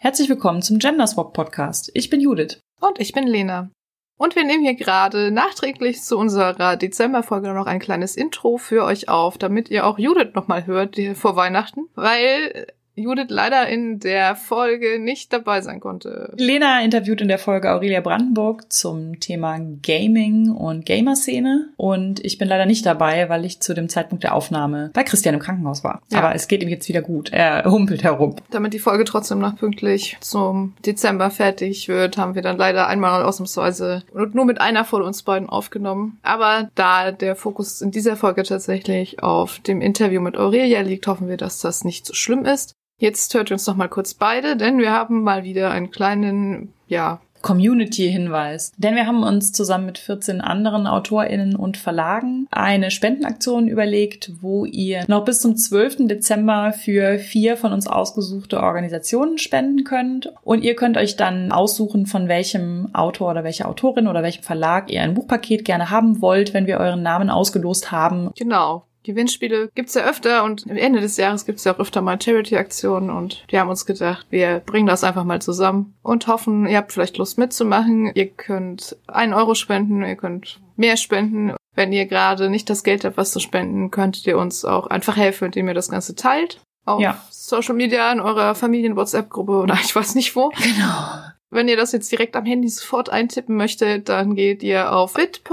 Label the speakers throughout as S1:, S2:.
S1: Herzlich willkommen zum Gender Swap Podcast. Ich bin Judith.
S2: Und ich bin Lena. Und wir nehmen hier gerade nachträglich zu unserer Dezemberfolge noch ein kleines Intro für euch auf, damit ihr auch Judith nochmal hört vor Weihnachten, weil Judith leider in der Folge nicht dabei sein konnte.
S1: Lena interviewt in der Folge Aurelia Brandenburg zum Thema Gaming und Gamer-Szene. Und ich bin leider nicht dabei, weil ich zu dem Zeitpunkt der Aufnahme bei Christian im Krankenhaus war. Ja. Aber es geht ihm jetzt wieder gut. Er humpelt herum.
S2: Damit die Folge trotzdem noch pünktlich zum Dezember fertig wird, haben wir dann leider einmal ausnahmsweise nur mit einer von uns beiden aufgenommen. Aber da der Fokus in dieser Folge tatsächlich auf dem Interview mit Aurelia liegt, hoffen wir, dass das nicht so schlimm ist. Jetzt hört ihr uns noch mal kurz beide, denn wir haben mal wieder einen kleinen,
S1: Community-Hinweis. Denn wir haben uns zusammen mit 14 anderen AutorInnen und Verlagen eine Spendenaktion überlegt, wo ihr noch bis zum 12. Dezember für 4 von uns ausgesuchte Organisationen spenden könnt. Und ihr könnt euch dann aussuchen, von welchem Autor oder welcher Autorin oder welchem Verlag ihr ein Buchpaket gerne haben wollt, wenn wir euren Namen ausgelost haben.
S2: Genau. Gewinnspiele gibt's ja öfter und am Ende des Jahres gibt's ja auch öfter mal Charity-Aktionen und wir haben uns gedacht, wir bringen das einfach mal zusammen und hoffen, ihr habt vielleicht Lust mitzumachen. Ihr könnt 1 Euro spenden, ihr könnt mehr spenden. Wenn ihr gerade nicht das Geld habt, was zu spenden, könntet ihr uns auch einfach helfen, indem ihr das Ganze teilt. Auf Social Media, in eurer Familien-WhatsApp-Gruppe oder ich weiß nicht wo.
S1: Genau.
S2: Wenn ihr das jetzt direkt am Handy sofort eintippen möchtet, dann geht ihr auf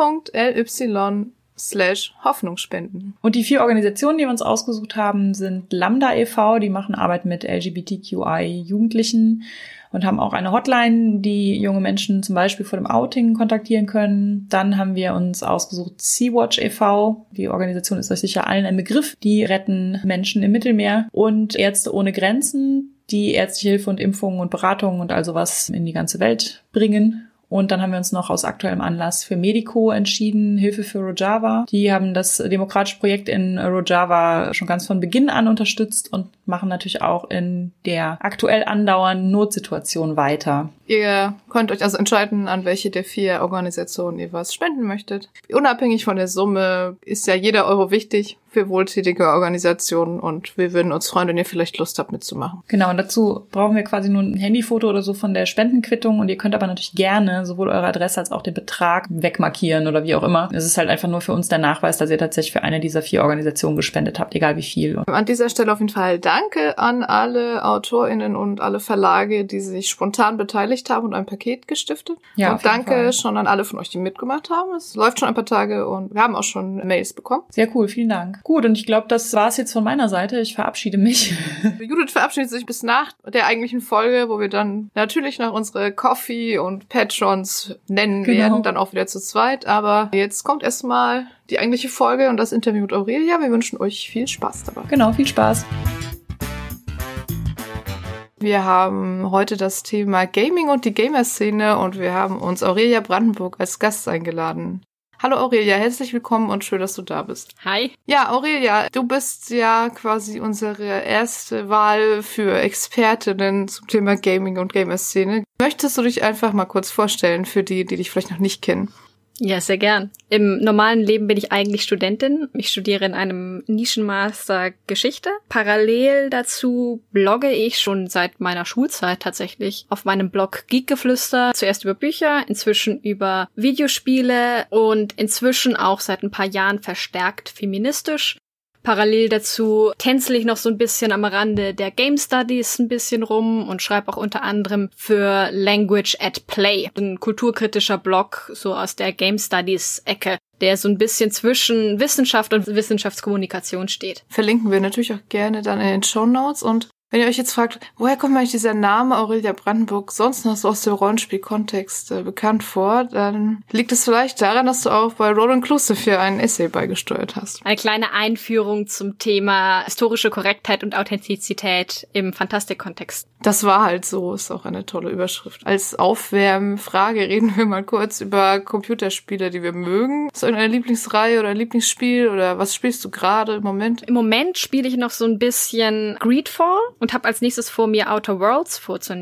S2: bit.ly/Hoffnungsspenden.
S1: Und die 4 Organisationen, die wir uns ausgesucht haben, sind Lambda e.V., die machen Arbeit mit LGBTQI-Jugendlichen und haben auch eine Hotline, die junge Menschen zum Beispiel vor dem Outing kontaktieren können. Dann haben wir uns ausgesucht Sea-Watch e.V., die Organisation ist euch sicher allen ein Begriff, die retten Menschen im Mittelmeer. Und Ärzte ohne Grenzen, die ärztliche Hilfe und Impfungen und Beratungen und all sowas in die ganze Welt bringen. Und dann haben wir uns noch aus aktuellem Anlass für Medico entschieden, Hilfe für Rojava. Die haben das demokratische Projekt in Rojava schon ganz von Beginn an unterstützt und machen natürlich auch in der aktuell andauernden Notsituation weiter.
S2: Ihr könnt euch also entscheiden, an welche der 4 Organisationen ihr was spenden möchtet. Unabhängig von der Summe ist ja jeder Euro wichtig für wohltätige Organisationen und wir würden uns freuen, wenn ihr vielleicht Lust habt mitzumachen.
S1: Genau, und dazu brauchen wir quasi nur ein Handyfoto oder so von der Spendenquittung und ihr könnt aber natürlich gerne sowohl eure Adresse als auch den Betrag wegmarkieren oder wie auch immer. Es ist halt einfach nur für uns der Nachweis, dass ihr tatsächlich für eine dieser 4 Organisationen gespendet habt, egal wie viel.
S2: An dieser Stelle auf jeden Fall danke an alle AutorInnen und alle Verlage, die sich spontan beteiligt haben und ein Paket gestiftet.
S1: Ja,
S2: und danke schon an alle von euch, die mitgemacht haben. Es läuft schon ein paar Tage und wir haben auch schon Mails bekommen.
S1: Sehr cool, vielen Dank. Gut, und ich glaube, das war's jetzt von meiner Seite. Ich verabschiede mich.
S2: Judith verabschiedet sich bis nach der eigentlichen Folge, wo wir dann natürlich noch unsere Coffee- und Patrons nennen werden, dann auch wieder zu zweit. Aber jetzt kommt erstmal die eigentliche Folge und das Interview mit Aurelia. Wir wünschen euch viel Spaß dabei.
S1: Genau, viel Spaß.
S2: Wir haben heute das Thema Gaming und die Gamer-Szene und wir haben uns Aurelia Brandenburg als Gast eingeladen. Hallo Aurelia, herzlich willkommen und schön, dass du da bist.
S3: Hi.
S2: Ja, Aurelia, du bist ja quasi unsere erste Wahl für Expertinnen zum Thema Gaming und Gamer-Szene. Möchtest du dich einfach mal kurz vorstellen für die, die dich vielleicht noch nicht kennen?
S3: Ja, sehr gern. Im normalen Leben bin ich eigentlich Studentin. Ich studiere in einem Nischenmaster Geschichte. Parallel dazu blogge ich schon seit meiner Schulzeit tatsächlich auf meinem Blog Geekgeflüster. Zuerst über Bücher, inzwischen über Videospiele und inzwischen auch seit ein paar Jahren verstärkt feministisch. Parallel dazu tänzle ich noch so ein bisschen am Rande der Game Studies ein bisschen rum und schreibe auch unter anderem für Language at Play, ein kulturkritischer Blog so aus der Game Studies Ecke, der so ein bisschen zwischen Wissenschaft und Wissenschaftskommunikation steht.
S2: Verlinken wir natürlich auch gerne dann in den Shownotes. Und wenn ihr euch jetzt fragt, woher kommt eigentlich dieser Name Aurelia Brandenburg sonst noch so aus dem Rollenspiel-Kontext bekannt vor, dann liegt es vielleicht daran, dass du auch bei Roll Inclusive hier einen Essay beigesteuert hast.
S3: Eine kleine Einführung zum Thema historische Korrektheit und Authentizität im Fantastik-Kontext.
S2: Das war halt so, ist auch eine tolle Überschrift. Als Aufwärmfrage reden wir mal kurz über Computerspiele, die wir mögen. Ist irgendeine Lieblingsreihe oder Lieblingsspiel oder was spielst du gerade im Moment?
S3: Im Moment spiele ich noch so ein bisschen Greedfall und habe als nächstes vor, mir Outer Worlds vorzunehmen.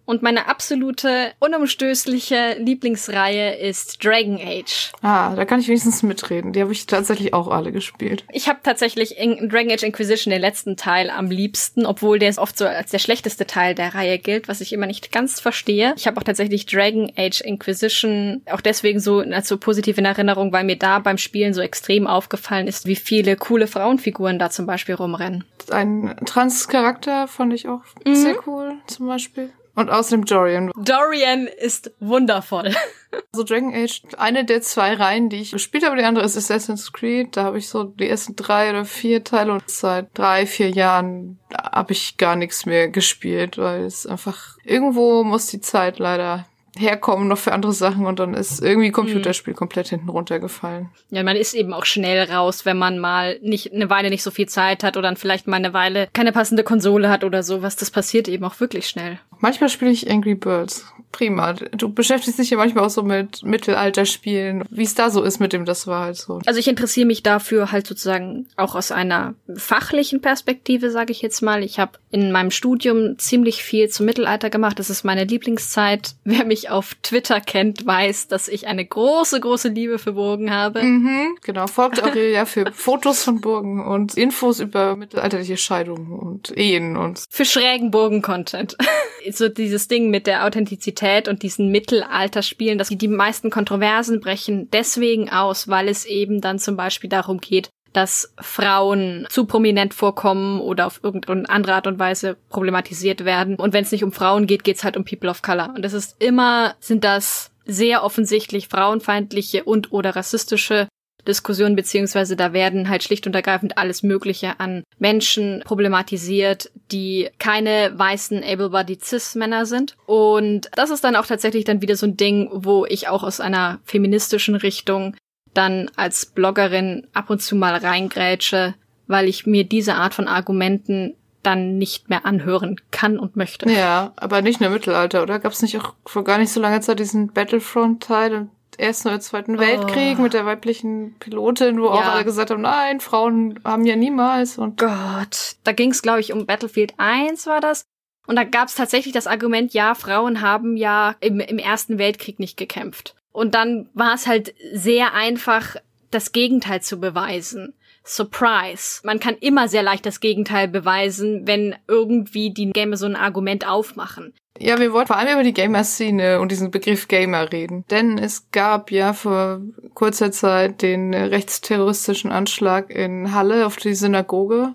S3: Und meine absolute, unumstößliche Lieblingsreihe ist Dragon Age.
S2: Da kann ich wenigstens mitreden. Die habe ich tatsächlich auch alle gespielt.
S3: Ich habe tatsächlich in Dragon Age Inquisition den letzten Teil am liebsten, obwohl der oft so als der schlechteste Teil der Reihe gilt, was ich immer nicht ganz verstehe. Ich habe auch tatsächlich Dragon Age Inquisition auch deswegen so als so positiv in Erinnerung, weil mir da beim Spielen so extrem aufgefallen ist, wie viele coole Frauenfiguren da zum Beispiel rumrennen.
S2: Ein Trans-Charakter fand ich auch sehr cool, zum Beispiel. Und außerdem Dorian.
S3: Dorian ist wundervoll.
S2: Also Dragon Age, eine der 2 Reihen, die ich gespielt habe, die andere ist Assassin's Creed. Da habe ich so die ersten 3 oder 4 Teile und seit 3-4 Jahren habe ich gar nichts mehr gespielt, weil es einfach, irgendwo muss die Zeit leider herkommen noch für andere Sachen und dann ist irgendwie Computerspiel komplett hinten runtergefallen.
S3: Ja, man ist eben auch schnell raus, wenn man mal nicht eine Weile nicht so viel Zeit hat oder dann vielleicht mal eine Weile keine passende Konsole hat oder sowas. Das passiert eben auch wirklich schnell.
S2: Manchmal spiele ich Angry Birds. Prima. Du beschäftigst dich ja manchmal auch so mit Mittelalterspielen. Wie es da so ist mit dem, das war halt so.
S3: Also ich interessiere mich dafür halt sozusagen auch aus einer fachlichen Perspektive, sage ich jetzt mal. Ich habe in meinem Studium ziemlich viel zum Mittelalter gemacht. Das ist meine Lieblingszeit. Wer mich auf Twitter kennt, weiß, dass ich eine große, große Liebe für Burgen habe.
S2: Genau, folgt Aurelia für Fotos von Burgen und Infos über mittelalterliche Scheidungen und Ehen und
S3: für schrägen Burgen-Content. So dieses Ding mit der Authentizität und diesen Mittelalterspielen, dass die meisten Kontroversen brechen deswegen aus, weil es eben dann zum Beispiel darum geht, dass Frauen zu prominent vorkommen oder auf irgendeine andere Art und Weise problematisiert werden. Und wenn es nicht um Frauen geht, geht's halt um People of Color. Und sind das sehr offensichtlich frauenfeindliche und oder rassistische Diskussionen, beziehungsweise da werden halt schlicht und ergreifend alles Mögliche an Menschen problematisiert, die keine weißen able-bodied Cis-Männer sind. Und das ist dann auch tatsächlich dann wieder so ein Ding, wo ich auch aus einer feministischen Richtung dann als Bloggerin ab und zu mal reingrätsche, weil ich mir diese Art von Argumenten dann nicht mehr anhören kann und möchte.
S2: Ja, aber nicht nur im Mittelalter, oder? Gab es nicht auch vor gar nicht so langer Zeit diesen Battlefront-Teil im Ersten oder Zweiten Weltkrieg mit der weiblichen Pilotin, wo auch alle gesagt haben, nein, Frauen haben ja niemals. Und
S3: Gott, da ging es, glaube ich, um Battlefield 1 war das. Und da gab es tatsächlich das Argument, ja, Frauen haben ja im Ersten Weltkrieg nicht gekämpft. Und dann war es halt sehr einfach, das Gegenteil zu beweisen. Surprise. Man kann immer sehr leicht das Gegenteil beweisen, wenn irgendwie die Gamer so ein Argument aufmachen.
S2: Ja, wir wollten vor allem über die Gamer-Szene und diesen Begriff Gamer reden. Denn es gab ja vor kurzer Zeit den rechtsterroristischen Anschlag in Halle auf die Synagoge.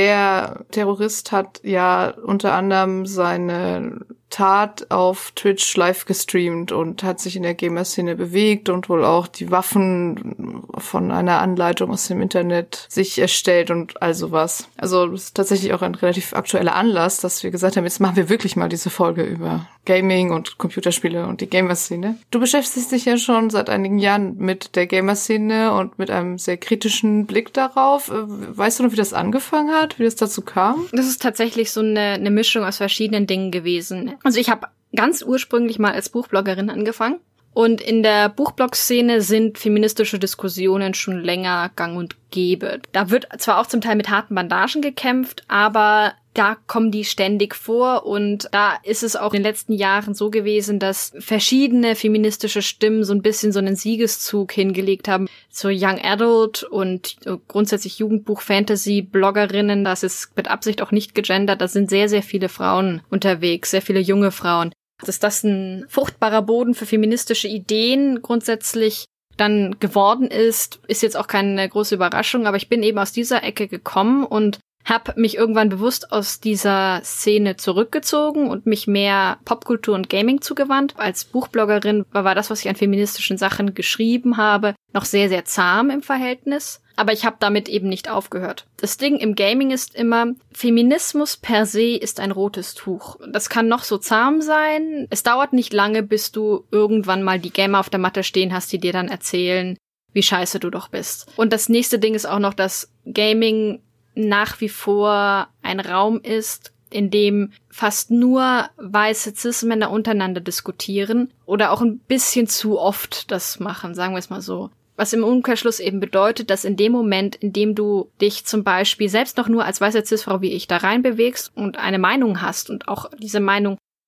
S2: Der Terrorist hat ja unter anderem seine Tat auf Twitch live gestreamt und hat sich in der Gamer-Szene bewegt und wohl auch die Waffen von einer Anleitung aus dem Internet sich erstellt und all sowas. Also das ist tatsächlich auch ein relativ aktueller Anlass, dass wir gesagt haben, jetzt machen wir wirklich mal diese Folge über Gaming und Computerspiele und die Gamer-Szene. Du beschäftigst dich ja schon seit einigen Jahren mit der Gamer-Szene und mit einem sehr kritischen Blick darauf. Weißt du noch, wie das angefangen hat, wie das dazu kam?
S3: Das ist tatsächlich so eine Mischung aus verschiedenen Dingen gewesen. Also ich habe ganz ursprünglich mal als Buchbloggerin angefangen. Und in der Buchblog-Szene sind feministische Diskussionen schon länger gang und gäbe. Da wird zwar auch zum Teil mit harten Bandagen gekämpft, aber da kommen die ständig vor und da ist es auch in den letzten Jahren so gewesen, dass verschiedene feministische Stimmen so ein bisschen so einen Siegeszug hingelegt haben. So Young Adult und grundsätzlich Jugendbuch-Fantasy-Bloggerinnen, das ist mit Absicht auch nicht gegendert, da sind sehr, sehr viele Frauen unterwegs, sehr viele junge Frauen. Dass das ein fruchtbarer Boden für feministische Ideen grundsätzlich dann geworden ist jetzt auch keine große Überraschung, aber ich bin eben aus dieser Ecke gekommen und habe mich irgendwann bewusst aus dieser Szene zurückgezogen und mich mehr Popkultur und Gaming zugewandt. Als Buchbloggerin war das, was ich an feministischen Sachen geschrieben habe, noch sehr, sehr zahm im Verhältnis. Aber ich habe damit eben nicht aufgehört. Das Ding im Gaming ist immer, Feminismus per se ist ein rotes Tuch. Das kann noch so zahm sein. Es dauert nicht lange, bis du irgendwann mal die Gamer auf der Matte stehen hast, die dir dann erzählen, wie scheiße du doch bist. Und das nächste Ding ist auch noch, dass Gaming nach wie vor ein Raum ist, in dem fast nur weiße Cis-Männer untereinander diskutieren oder auch ein bisschen zu oft das machen, sagen wir es mal so. Was im Umkehrschluss eben bedeutet, dass in dem Moment, in dem du dich zum Beispiel selbst noch nur als weiße Cis-Frau wie ich da reinbewegst und eine Meinung hast und auch diese Meinung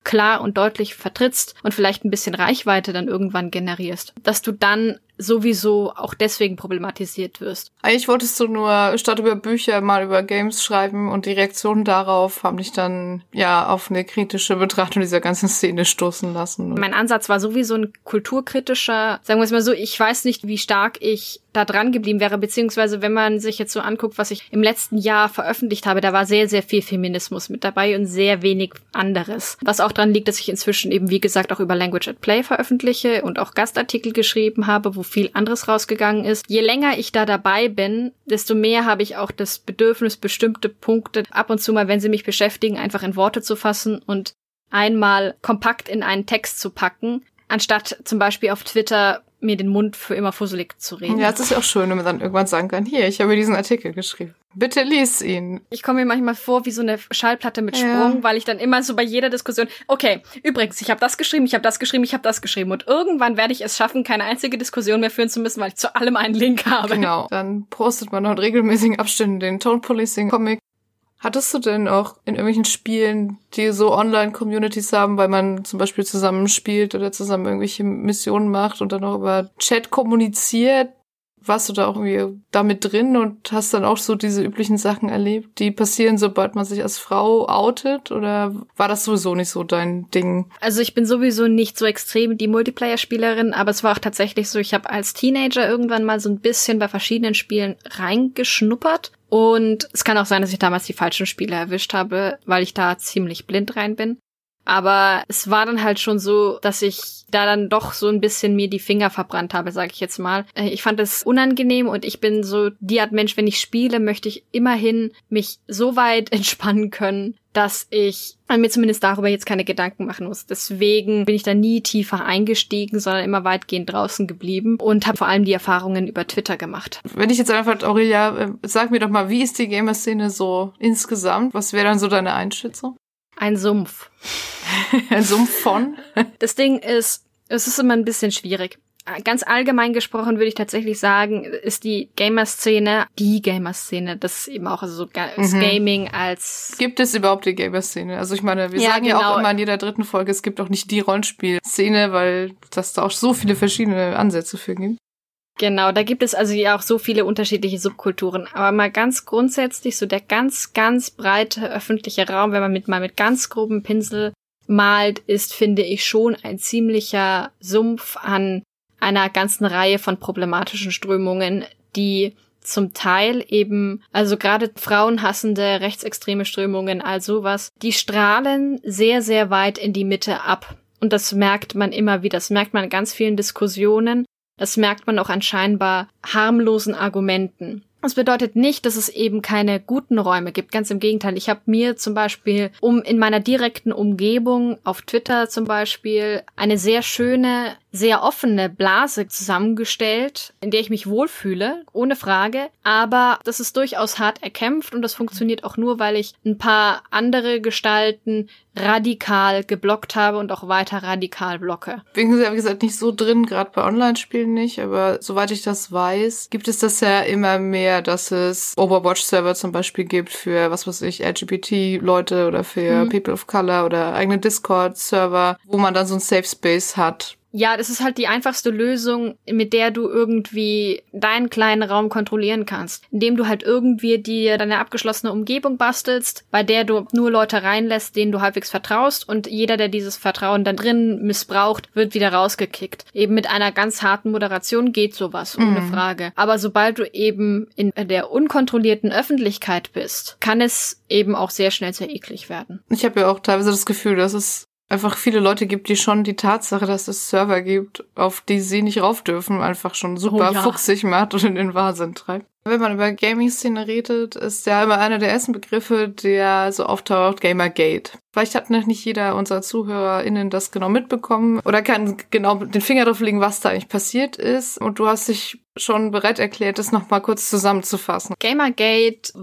S3: klar und deutlich vertrittst und vielleicht ein bisschen Reichweite dann irgendwann generierst, dass du dann sowieso auch deswegen problematisiert wirst.
S2: Eigentlich wolltest du nur statt über Bücher mal über Games schreiben und die Reaktionen darauf haben dich dann ja auf eine kritische Betrachtung dieser ganzen Szene stoßen lassen.
S3: Mein Ansatz war sowieso ein kulturkritischer, sagen wir es mal so, ich weiß nicht, wie stark ich da dran geblieben wäre, beziehungsweise wenn man sich jetzt so anguckt, was ich im letzten Jahr veröffentlicht habe, da war sehr, sehr viel Feminismus mit dabei und sehr wenig anderes. Was auch dran liegt, dass ich inzwischen eben, wie gesagt, auch über Language at Play veröffentliche und auch Gastartikel geschrieben habe, wo viel anderes rausgegangen ist. Je länger ich da dabei bin, desto mehr habe ich auch das Bedürfnis, bestimmte Punkte ab und zu mal, wenn sie mich beschäftigen, einfach in Worte zu fassen und einmal kompakt in einen Text zu packen, anstatt zum Beispiel auf Twitter mir den Mund für immer fusselig zu reden.
S2: Ja, es ist ja auch schön, wenn man dann irgendwann sagen kann, hier, ich habe diesen Artikel geschrieben. Bitte lies ihn.
S3: Ich komme mir manchmal vor wie so eine Schallplatte mit Sprung, weil ich dann immer so bei jeder Diskussion, okay, übrigens, ich habe das geschrieben, ich habe das geschrieben, ich habe das geschrieben. Und irgendwann werde ich es schaffen, keine einzige Diskussion mehr führen zu müssen, weil ich zu allem einen Link habe.
S2: Genau, dann postet man noch in regelmäßigen Abständen den Tone Policing Comic. Hattest du denn auch in irgendwelchen Spielen, die so Online-Communities haben, weil man zum Beispiel zusammen spielt oder zusammen irgendwelche Missionen macht und dann auch über Chat kommuniziert? Warst du da auch irgendwie damit drin und hast dann auch so diese üblichen Sachen erlebt, die passieren, sobald man sich als Frau outet? Oder war das sowieso nicht so dein Ding?
S3: Also ich bin sowieso nicht so extrem die Multiplayer-Spielerin, aber es war auch tatsächlich so, ich habe als Teenager irgendwann mal so ein bisschen bei verschiedenen Spielen reingeschnuppert. Und es kann auch sein, dass ich damals die falschen Spiele erwischt habe, weil ich da ziemlich blind rein bin. Aber es war dann halt schon so, dass ich da dann doch so ein bisschen mir die Finger verbrannt habe, sage ich jetzt mal. Ich fand es unangenehm und ich bin so die Art Mensch, wenn ich spiele, möchte ich immerhin mich so weit entspannen können, dass ich mir zumindest darüber jetzt keine Gedanken machen muss. Deswegen bin ich da nie tiefer eingestiegen, sondern immer weitgehend draußen geblieben und habe vor allem die Erfahrungen über Twitter gemacht.
S2: Wenn ich jetzt einfach, Aurelia, sag mir doch mal, wie ist die Gamer-Szene so insgesamt? Was wäre dann so deine Einschätzung?
S3: Ein Sumpf.
S2: Ein Sumpf von?
S3: Das Ding ist, es ist immer ein bisschen schwierig. Ganz allgemein gesprochen würde ich tatsächlich sagen, ist die Gamer-Szene, das ist eben auch also so das Gaming als...
S2: Gibt es überhaupt die Gamer-Szene? Also ich meine, wir sagen ja auch immer in jeder dritten Folge, es gibt auch nicht die Rollenspiel-Szene, weil das da auch so viele verschiedene Ansätze für gibt.
S3: Genau, da gibt es also ja auch so viele unterschiedliche Subkulturen. Aber mal ganz grundsätzlich so der ganz, ganz breite öffentliche Raum, wenn man mit ganz grobem Pinsel malt, ist, finde ich, schon ein ziemlicher Sumpf an einer ganzen Reihe von problematischen Strömungen, die zum Teil eben, also gerade frauenhassende, rechtsextreme Strömungen, all sowas, die strahlen sehr, sehr weit in die Mitte ab. Und das merkt man immer wieder. Das merkt man in ganz vielen Diskussionen. Das merkt man auch an scheinbar harmlosen Argumenten. Das bedeutet nicht, dass es eben keine guten Räume gibt. Ganz im Gegenteil. Ich habe mir zum Beispiel in meiner direkten Umgebung auf Twitter zum Beispiel eine sehr schöne, sehr offene Blase zusammengestellt, in der ich mich wohlfühle, ohne Frage. Aber das ist durchaus hart erkämpft und das funktioniert auch nur, weil ich ein paar andere Gestalten radikal geblockt habe und auch weiter radikal blocke.
S2: Bin wie gesagt nicht so drin, gerade bei Online-Spielen nicht, aber soweit ich das weiß, gibt es das ja immer mehr, dass es Overwatch-Server zum Beispiel gibt für, was weiß ich, LGBT-Leute oder für People of Color oder eigene Discord-Server, wo man dann so ein Safe Space hat.
S3: Ja, das ist halt die einfachste Lösung, mit der du irgendwie deinen kleinen Raum kontrollieren kannst. Indem du halt irgendwie dir deine abgeschlossene Umgebung bastelst, bei der du nur Leute reinlässt, denen du halbwegs vertraust und jeder, der dieses Vertrauen dann drin missbraucht, wird wieder rausgekickt. Eben mit einer ganz harten Moderation geht sowas, ohne Frage. Aber sobald du eben in der unkontrollierten Öffentlichkeit bist, kann es eben auch sehr schnell sehr eklig werden.
S2: Ich habe ja auch teilweise das Gefühl, dass es einfach viele Leute gibt, die schon die Tatsache, dass es Server gibt, auf die sie nicht rauf dürfen, einfach schon super fuchsig macht und in den Wahnsinn treibt. Wenn man über Gaming-Szene redet, ist ja immer einer der ersten Begriffe, der so auftaucht, Gamergate. Vielleicht hat noch nicht jeder unserer ZuhörerInnen das genau mitbekommen oder kann genau den Finger drauf legen, was da eigentlich passiert ist. Und du hast dich schon bereit erklärt, das nochmal kurz zusammenzufassen.
S3: Gamergate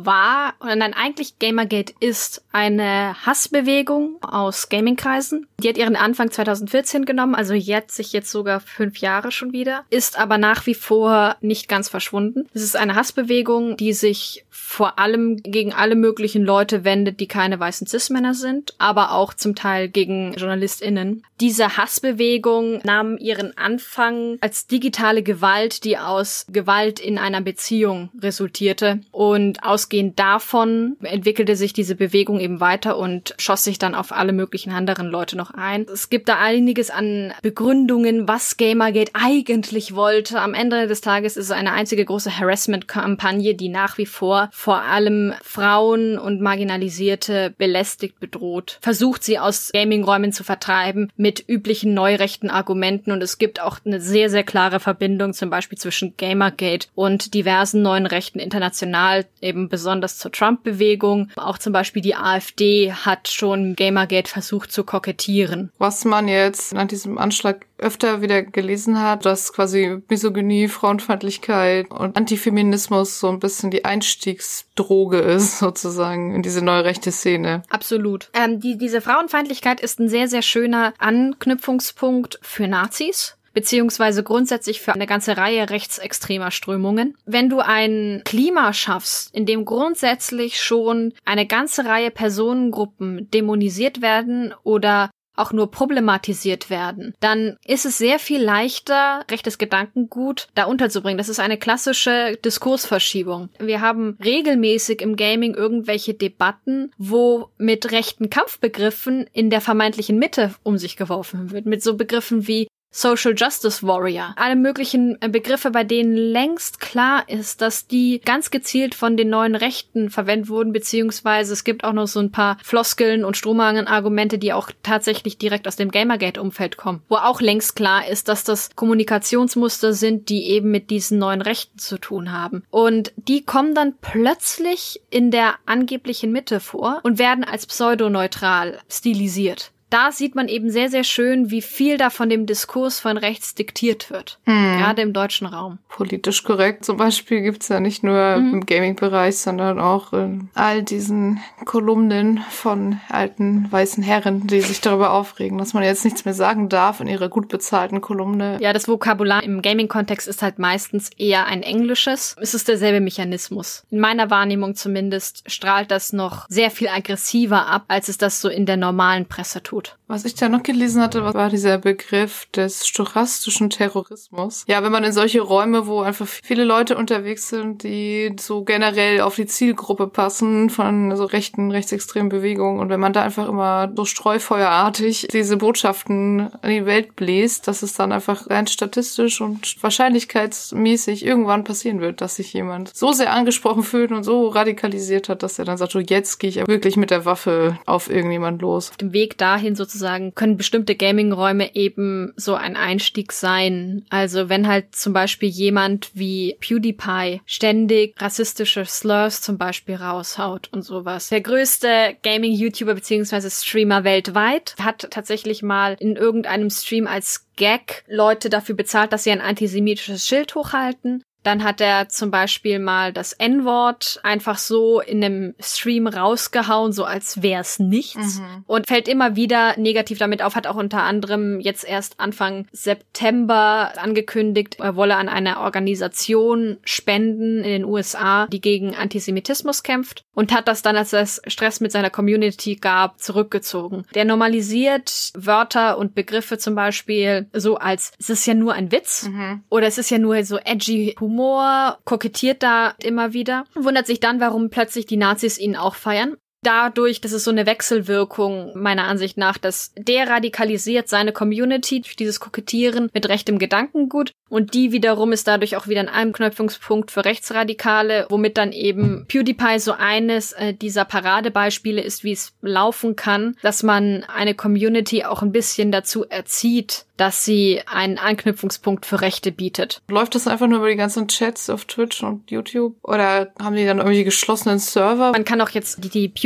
S3: Gamergate ist eine Hassbewegung aus Gamingkreisen. Die hat ihren Anfang 2014 genommen, also jährt sich jetzt sogar 5 Jahre schon wieder, ist aber nach wie vor nicht ganz verschwunden. Es ist eine Hassbewegung, die sich vor allem gegen alle möglichen Leute wendet, die keine weißen Cis-Männer sind, aber auch zum Teil gegen JournalistInnen. Diese Hassbewegung nahm ihren Anfang als digitale Gewalt, die aus Gewalt in einer Beziehung resultierte. Und ausgehend davon entwickelte sich diese Bewegung eben weiter und schoss sich dann auf alle möglichen anderen Leute noch ein. Es gibt da einiges an Begründungen, was Gamergate eigentlich wollte. Am Ende des Tages ist es eine einzige große Harassment-Kampagne, die nach wie vor allem Frauen und Marginalisierte belästigt, bedroht. Versucht sie aus Gaming-Räumen zu vertreiben mit üblichen neurechten Argumenten, und es gibt auch eine sehr, sehr klare Verbindung zum Beispiel zwischen Gamergate und diversen neuen Rechten international, eben besonders zur Trump-Bewegung. Auch zum Beispiel die AfD hat schon Gamergate versucht zu kokettieren.
S2: Was man jetzt nach diesem Anschlag öfter wieder gelesen hat, dass quasi Misogynie, Frauenfeindlichkeit und Antifeminismus so ein bisschen die Einstiegsdroge ist, sozusagen, in diese neue rechte Szene.
S3: Absolut. Diese Frauenfeindlichkeit ist ein sehr, sehr schöner Anknüpfungspunkt für Nazis, beziehungsweise grundsätzlich für eine ganze Reihe rechtsextremer Strömungen. Wenn du ein Klima schaffst, in dem grundsätzlich schon eine ganze Reihe Personengruppen dämonisiert werden oder auch nur problematisiert werden, dann ist es sehr viel leichter, rechtes Gedankengut da unterzubringen. Das ist eine klassische Diskursverschiebung. Wir haben regelmäßig im Gaming irgendwelche Debatten, wo mit rechten Kampfbegriffen in der vermeintlichen Mitte um sich geworfen wird, mit so Begriffen wie Social Justice Warrior. Alle möglichen Begriffe, bei denen längst klar ist, dass die ganz gezielt von den neuen Rechten verwendet wurden, beziehungsweise es gibt auch noch so ein paar Floskeln und Strohmann-Argumente, die auch tatsächlich direkt aus dem Gamergate-Umfeld kommen. Wo auch längst klar ist, dass das Kommunikationsmuster sind, die eben mit diesen neuen Rechten zu tun haben. Und die kommen dann plötzlich in der angeblichen Mitte vor und werden als pseudoneutral stilisiert. Da sieht man eben sehr, sehr schön, wie viel da von dem Diskurs von rechts diktiert wird. Gerade im deutschen Raum.
S2: Politisch korrekt zum Beispiel gibt's ja nicht nur im Gaming-Bereich, sondern auch in all diesen Kolumnen von alten weißen Herren, die sich darüber aufregen, dass man jetzt nichts mehr sagen darf in ihrer gut bezahlten Kolumne.
S3: Ja, das Vokabular im Gaming-Kontext ist halt meistens eher ein englisches. Es ist derselbe Mechanismus. In meiner Wahrnehmung zumindest strahlt das noch sehr viel aggressiver ab, als es das so in der normalen Presse tut.
S2: Was ich da noch gelesen hatte, war dieser Begriff des stochastischen Terrorismus. Ja, wenn man in solche Räume, wo einfach viele Leute unterwegs sind, die so generell auf die Zielgruppe passen von so rechtsextremen Bewegungen, und wenn man da einfach immer so streufeuerartig diese Botschaften in die Welt bläst, dass es dann einfach rein statistisch und wahrscheinlichkeitsmäßig irgendwann passieren wird, dass sich jemand so sehr angesprochen fühlt und so radikalisiert hat, dass er dann sagt, so jetzt gehe ich wirklich mit der Waffe auf irgendjemand los.
S3: Auf dem Weg dahin sozusagen können bestimmte Gaming-Räume eben so ein Einstieg sein. Also wenn halt zum Beispiel jemand wie PewDiePie ständig rassistische Slurs zum Beispiel raushaut und sowas. Der größte Gaming-YouTuber bzw. Streamer weltweit hat tatsächlich mal in irgendeinem Stream als Gag Leute dafür bezahlt, dass sie ein antisemitisches Schild hochhalten. Dann hat er zum Beispiel mal das N-Wort einfach so in einem Stream rausgehauen, so als wär's nichts. Und fällt immer wieder negativ damit auf, hat auch unter anderem jetzt erst Anfang September angekündigt, er wolle an eine Organisation spenden in den USA, die gegen Antisemitismus kämpft, und hat das dann, als es Stress mit seiner Community gab, zurückgezogen. Der normalisiert Wörter und Begriffe zum Beispiel so als, es ist ja nur ein Witz oder es ist ja nur so edgy Humor, kokettiert da immer wieder, wundert sich dann, warum plötzlich die Nazis ihn auch feiern. Dadurch, das ist so eine Wechselwirkung meiner Ansicht nach, dass der radikalisiert seine Community durch dieses Kokettieren mit rechtem Gedankengut, und die wiederum ist dadurch auch wieder ein Anknüpfungspunkt für Rechtsradikale, womit dann eben PewDiePie so eines dieser Paradebeispiele ist, wie es laufen kann, dass man eine Community auch ein bisschen dazu erzieht, dass sie einen Anknüpfungspunkt für Rechte bietet.
S2: Läuft das einfach nur über die ganzen Chats auf Twitch und YouTube? Oder haben die dann irgendwie geschlossenen Server?
S3: Man kann auch jetzt die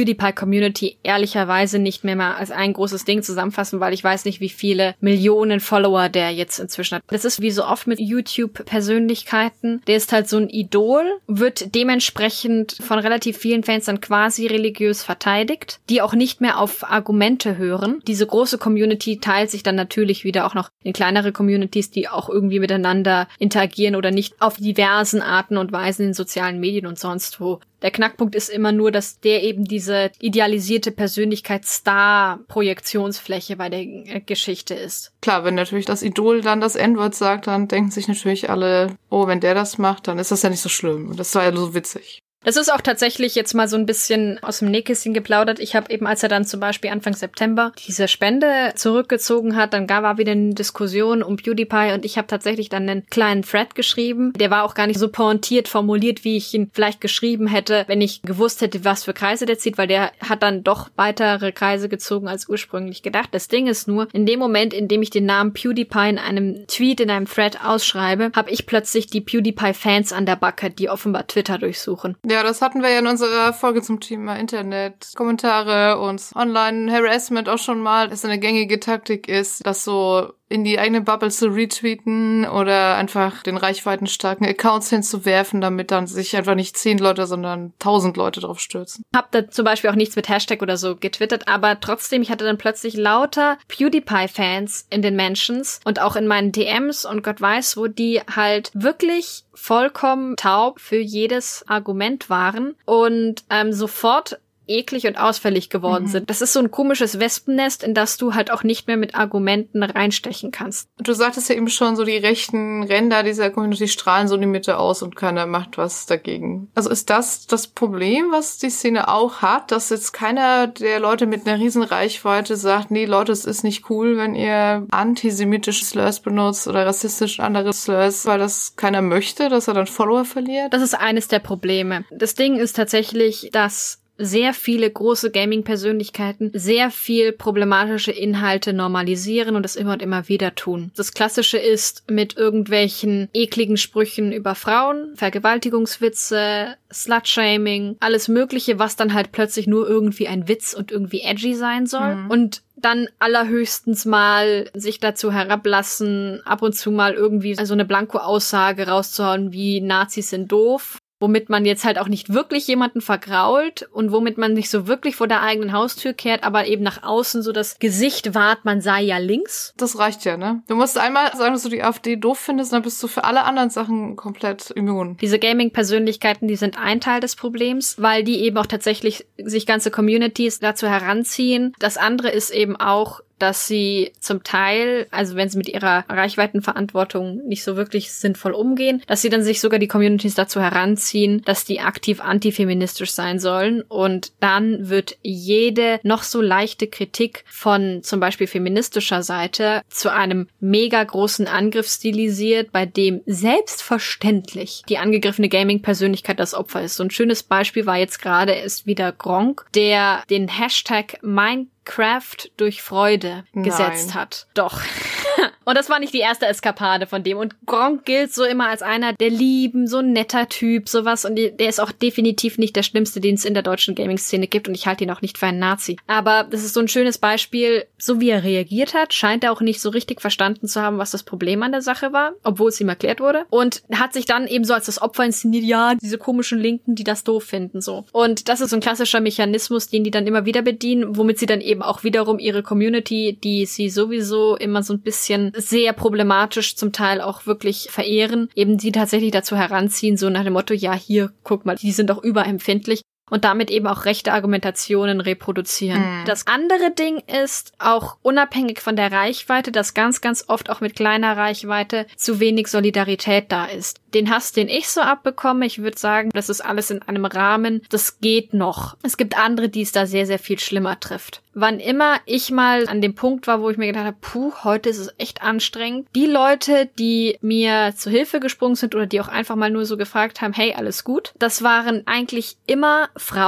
S3: PewDiePie-Community ehrlicherweise nicht mehr mal als ein großes Ding zusammenfassen, weil ich weiß nicht, wie viele Millionen Follower der jetzt inzwischen hat. Das ist wie so oft mit YouTube-Persönlichkeiten. Der ist halt so ein Idol, wird dementsprechend von relativ vielen Fans dann quasi religiös verteidigt, die auch nicht mehr auf Argumente hören. Diese große Community teilt sich dann natürlich wieder auch noch in kleinere Communities, die auch irgendwie miteinander interagieren oder nicht auf diversen Arten und Weisen in sozialen Medien und sonst wo. Der Knackpunkt ist immer nur, dass der eben diese idealisierte Persönlichkeitsstar-Projektionsfläche bei der Geschichte ist.
S2: Klar, wenn natürlich das Idol dann das N-Wort sagt, dann denken sich natürlich alle, oh, wenn der das macht, dann ist das ja nicht so schlimm. Und das war ja so witzig.
S3: Das ist auch tatsächlich jetzt mal so ein bisschen aus dem Nähkästchen geplaudert. Ich habe eben, als er dann zum Beispiel Anfang September diese Spende zurückgezogen hat, dann war wieder eine Diskussion um PewDiePie und ich habe tatsächlich dann einen kleinen Thread geschrieben. Der war auch gar nicht so pointiert formuliert, wie ich ihn vielleicht geschrieben hätte, wenn ich gewusst hätte, was für Kreise der zieht, weil der hat dann doch weitere Kreise gezogen als ursprünglich gedacht. Das Ding ist nur, in dem Moment, in dem ich den Namen PewDiePie in einem Tweet, in einem Thread ausschreibe, habe ich plötzlich die PewDiePie-Fans an der Backe, die offenbar Twitter durchsuchen.
S2: Ja, das hatten wir ja in unserer Folge zum Thema Internet, Kommentare und Online-Harassment auch schon mal, dass eine gängige Taktik ist, das so in die eigene Bubble zu retweeten oder einfach den reichweitenstarken Accounts hinzuwerfen, damit dann sich einfach nicht 10 Leute, sondern 1000 Leute drauf stürzen.
S3: Hab da zum Beispiel auch nichts mit Hashtag oder so getwittert, aber trotzdem, ich hatte dann plötzlich lauter PewDiePie-Fans in den Mentions und auch in meinen DMs und Gott weiß, wo die halt wirklich vollkommen taub für jedes Argument waren und sofort eklig und ausfällig geworden sind. Das ist so ein komisches Wespennest, in das du halt auch nicht mehr mit Argumenten reinstechen kannst.
S2: Du sagtest ja eben schon, so die rechten Ränder dieser Community strahlen so in die Mitte aus und keiner macht was dagegen. Also ist das das Problem, was die Szene auch hat, dass jetzt keiner der Leute mit einer riesen Reichweite sagt, nee Leute, es ist nicht cool, wenn ihr antisemitische Slurs benutzt oder rassistisch andere Slurs, weil das keiner möchte, dass er dann Follower verliert?
S3: Das ist eines der Probleme. Das Ding ist tatsächlich, dass sehr viele große Gaming-Persönlichkeiten sehr viel problematische Inhalte normalisieren und das immer und immer wieder tun. Das Klassische ist mit irgendwelchen ekligen Sprüchen über Frauen, Vergewaltigungswitze, Slut-Shaming, alles Mögliche, was dann halt plötzlich nur irgendwie ein Witz und irgendwie edgy sein soll. Und dann allerhöchstens mal sich dazu herablassen, ab und zu mal irgendwie so eine Blanko-Aussage rauszuhauen wie Nazis sind doof, womit man jetzt halt auch nicht wirklich jemanden vergrault und womit man nicht so wirklich vor der eigenen Haustür kehrt, aber eben nach außen so das Gesicht wahrt, man sei ja links.
S2: Das reicht ja, ne? Du musst einmal sagen, dass du die AfD doof findest, dann bist du für alle anderen Sachen komplett immun.
S3: Diese Gaming-Persönlichkeiten, die sind ein Teil des Problems, weil die eben auch tatsächlich sich ganze Communities dazu heranziehen. Das andere ist eben auch, dass sie zum Teil, also wenn sie mit ihrer Reichweitenverantwortung nicht so wirklich sinnvoll umgehen, dass sie dann sich sogar die Communities dazu heranziehen, dass die aktiv antifeministisch sein sollen und dann wird jede noch so leichte Kritik von zum Beispiel feministischer Seite zu einem mega großen Angriff stilisiert, bei dem selbstverständlich die angegriffene Gaming-Persönlichkeit das Opfer ist. So ein schönes Beispiel war jetzt gerade ist wieder Gronkh, der den Hashtag Minecraft durch Freude gesetzt hat. Doch. Und das war nicht die erste Eskapade von dem. Und Gronkh gilt so immer als einer der Lieben, so ein netter Typ, sowas. Und der ist auch definitiv nicht der Schlimmste, den es in der deutschen Gaming-Szene gibt. Und ich halte ihn auch nicht für einen Nazi. Aber das ist so ein schönes Beispiel. So wie er reagiert hat, scheint er auch nicht so richtig verstanden zu haben, was das Problem an der Sache war, obwohl es ihm erklärt wurde. Und hat sich dann eben so als das Opfer inszeniert, ja, diese komischen Linken, die das doof finden, so. Und das ist so ein klassischer Mechanismus, den die dann immer wieder bedienen, womit sie dann eben auch wiederum ihre Community, die sie sowieso immer so ein bisschen sehr problematisch zum Teil auch wirklich verehren, eben die tatsächlich dazu heranziehen, so nach dem Motto, ja, hier, guck mal, die sind doch überempfindlich. Und damit eben auch rechte Argumentationen reproduzieren. Das andere Ding ist, auch unabhängig von der Reichweite, dass ganz, ganz oft auch mit kleiner Reichweite zu wenig Solidarität da ist. Den Hass, den ich so abbekomme, ich würde sagen, das ist alles in einem Rahmen, das geht noch. Es gibt andere, die es da sehr, sehr viel schlimmer trifft. Wann immer ich mal an dem Punkt war, wo ich mir gedacht habe, heute ist es echt anstrengend. Die Leute, die mir zu Hilfe gesprungen sind oder die auch einfach mal nur so gefragt haben, hey, alles gut, das waren eigentlich immer Frauen,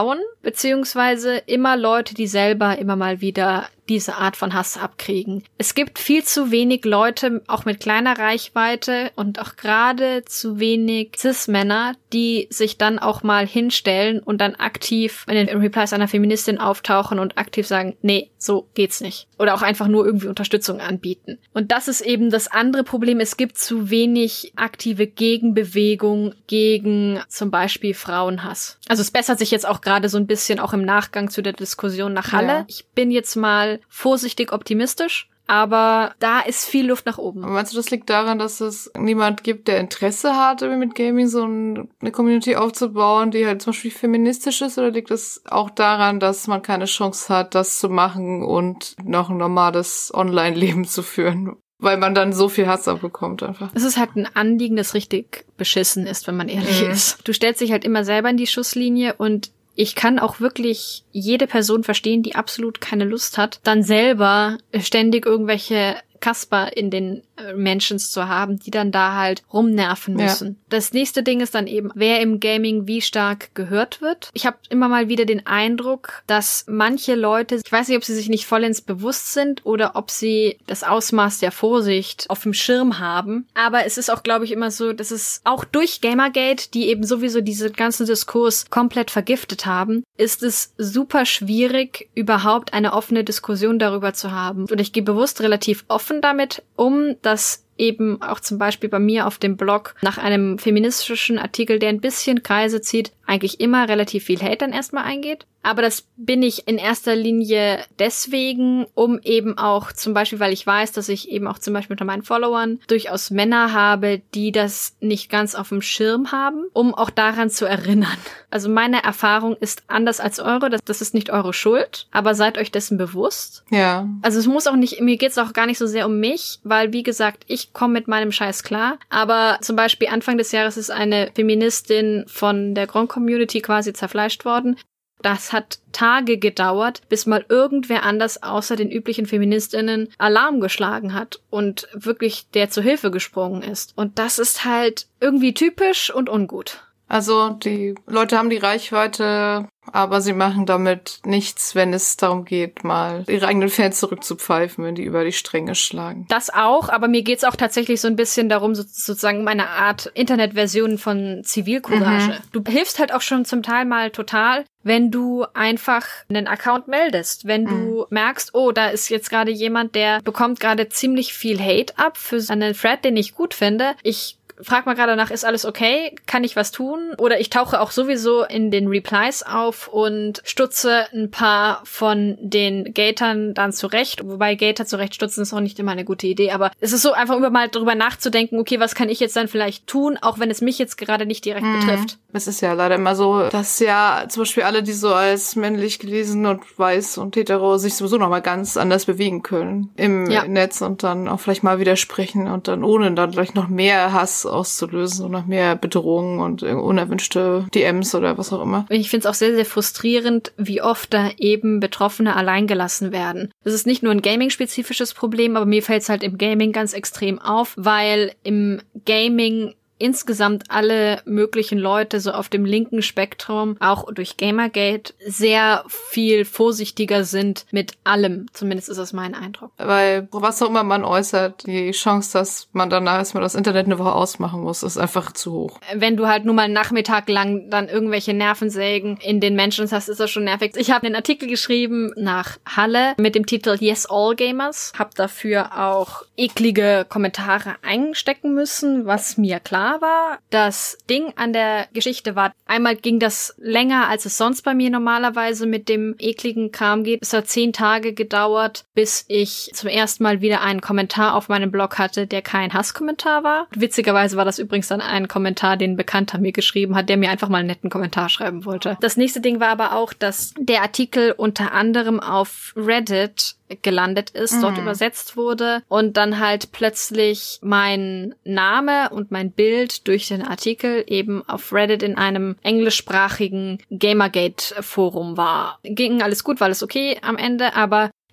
S3: beziehungsweise immer Leute, die selber immer mal wieder diese Art von Hass abkriegen. Es gibt viel zu wenig Leute, auch mit kleiner Reichweite und auch gerade zu wenig Cis-Männer, die sich dann auch mal hinstellen und dann aktiv in den Replies einer Feministin auftauchen und aktiv sagen, nee, so geht's nicht. Oder auch einfach nur irgendwie Unterstützung anbieten. Und das ist eben das andere Problem. Es gibt zu wenig aktive Gegenbewegung gegen zum Beispiel Frauenhass. Also es bessert sich jetzt auch gerade so ein bisschen auch im Nachgang zu der Diskussion nach Halle. Ja. Ich bin jetzt mal vorsichtig optimistisch, aber da ist viel Luft nach oben.
S2: Aber meinst du, das liegt daran, dass es niemand gibt, der Interesse hat, mit Gaming so eine Community aufzubauen, die halt zum Beispiel feministisch ist, oder liegt es auch daran, dass man keine Chance hat, das zu machen und noch ein normales Online-Leben zu führen? Weil man dann so viel Hass abbekommt einfach.
S3: Es ist halt ein Anliegen, das richtig beschissen ist, wenn man ehrlich ist. Du stellst dich halt immer selber in die Schusslinie und ich kann auch wirklich jede Person verstehen, die absolut keine Lust hat, dann selber ständig irgendwelche Kasper in den Mentions zu haben, die dann da halt rumnerven müssen. Ja. Das nächste Ding ist dann eben, wer im Gaming wie stark gehört wird. Ich habe immer mal wieder den Eindruck, dass manche Leute, ich weiß nicht, ob sie sich nicht vollends bewusst sind oder ob sie das Ausmaß der Vorsicht auf dem Schirm haben. Aber es ist auch, glaube ich, immer so, dass es auch durch Gamergate, die eben sowieso diesen ganzen Diskurs komplett vergiftet haben, ist es super schwierig, überhaupt eine offene Diskussion darüber zu haben. Und ich gehe bewusst relativ offen damit um, dass eben auch zum Beispiel bei mir auf dem Blog nach einem feministischen Artikel, der ein bisschen Kreise zieht, eigentlich immer relativ viel Hate dann erstmal eingeht. Aber das bin ich in erster Linie deswegen, um eben auch zum Beispiel, weil ich weiß, dass ich eben auch zum Beispiel unter meinen Followern durchaus Männer habe, die das nicht ganz auf dem Schirm haben, um auch daran zu erinnern. Also meine Erfahrung ist anders als eure, das ist nicht eure Schuld, aber seid euch dessen bewusst.
S2: Ja.
S3: Also es muss auch nicht, mir geht's auch gar nicht so sehr um mich, weil wie gesagt, ich komme mit meinem Scheiß klar. Aber zum Beispiel Anfang des Jahres ist eine Feministin von der Grand-Community quasi zerfleischt worden. Das hat Tage gedauert, bis mal irgendwer anders außer den üblichen FeministInnen Alarm geschlagen hat und wirklich der zur Hilfe gesprungen ist. Und das ist halt irgendwie typisch und ungut.
S2: Also die Leute haben die Reichweite, aber sie machen damit nichts, wenn es darum geht, mal ihre eigenen Fans zurückzupfeifen, wenn die über die Stränge schlagen.
S3: Das auch, aber mir geht's auch tatsächlich so ein bisschen darum, sozusagen um eine Art Internetversion von Zivilcourage. Du hilfst halt auch schon zum Teil mal total, wenn du einfach einen Account meldest. Wenn du merkst, oh, da ist jetzt gerade jemand, der bekommt gerade ziemlich viel Hate ab für einen Thread, den ich gut finde. Ich frag mal gerade nach, ist alles okay? Kann ich was tun? Oder ich tauche auch sowieso in den Replies auf und stutze ein paar von den Gatern dann zurecht. Wobei Gater zurechtstutzen ist auch nicht immer eine gute Idee. Aber es ist so einfach mal drüber nachzudenken, okay, was kann ich jetzt dann vielleicht tun, auch wenn es mich jetzt gerade nicht direkt betrifft.
S2: Es ist ja leider immer so, dass ja zum Beispiel alle, die so als männlich gelesen und weiß und hetero sich sowieso nochmal ganz anders bewegen können im Netz und dann auch vielleicht mal widersprechen und dann ohne dann gleich noch mehr Hass auszulösen und noch mehr Bedrohungen und unerwünschte DMs oder was auch immer.
S3: Ich finde es auch sehr, sehr frustrierend, wie oft da eben Betroffene alleingelassen werden. Das ist nicht nur ein Gaming-spezifisches Problem, aber mir fällt es halt im Gaming ganz extrem auf, weil im Gaming insgesamt alle möglichen Leute so auf dem linken Spektrum, auch durch Gamergate, sehr viel vorsichtiger sind mit allem. Zumindest ist das mein Eindruck.
S2: Weil, was auch immer man äußert, die Chance, dass man danach erstmal das Internet eine Woche ausmachen muss, ist einfach zu hoch.
S3: Wenn du halt nur mal einen Nachmittag lang dann irgendwelche Nervensägen in den Menschen hast, ist das schon nervig. Ich habe einen Artikel geschrieben nach Halle mit dem Titel Yes All Gamers. Hab dafür auch eklige Kommentare einstecken müssen, was mir klar war. Das Ding an der Geschichte war, einmal ging das länger, als es sonst bei mir normalerweise mit dem ekligen Kram geht. Es hat 10 Tage gedauert, bis ich zum ersten Mal wieder einen Kommentar auf meinem Blog hatte, der kein Hasskommentar war. Witzigerweise war das übrigens dann ein Kommentar, den ein Bekannter mir geschrieben hat, der mir einfach mal einen netten Kommentar schreiben wollte. Das nächste Ding war aber auch, dass der Artikel unter anderem auf Reddit gelandet ist, dort übersetzt wurde und dann halt plötzlich mein Name und mein Bild durch den Artikel eben auf Reddit in einem englischsprachigen Gamergate-Forum war. Ging alles gut, war alles okay am Ende, aber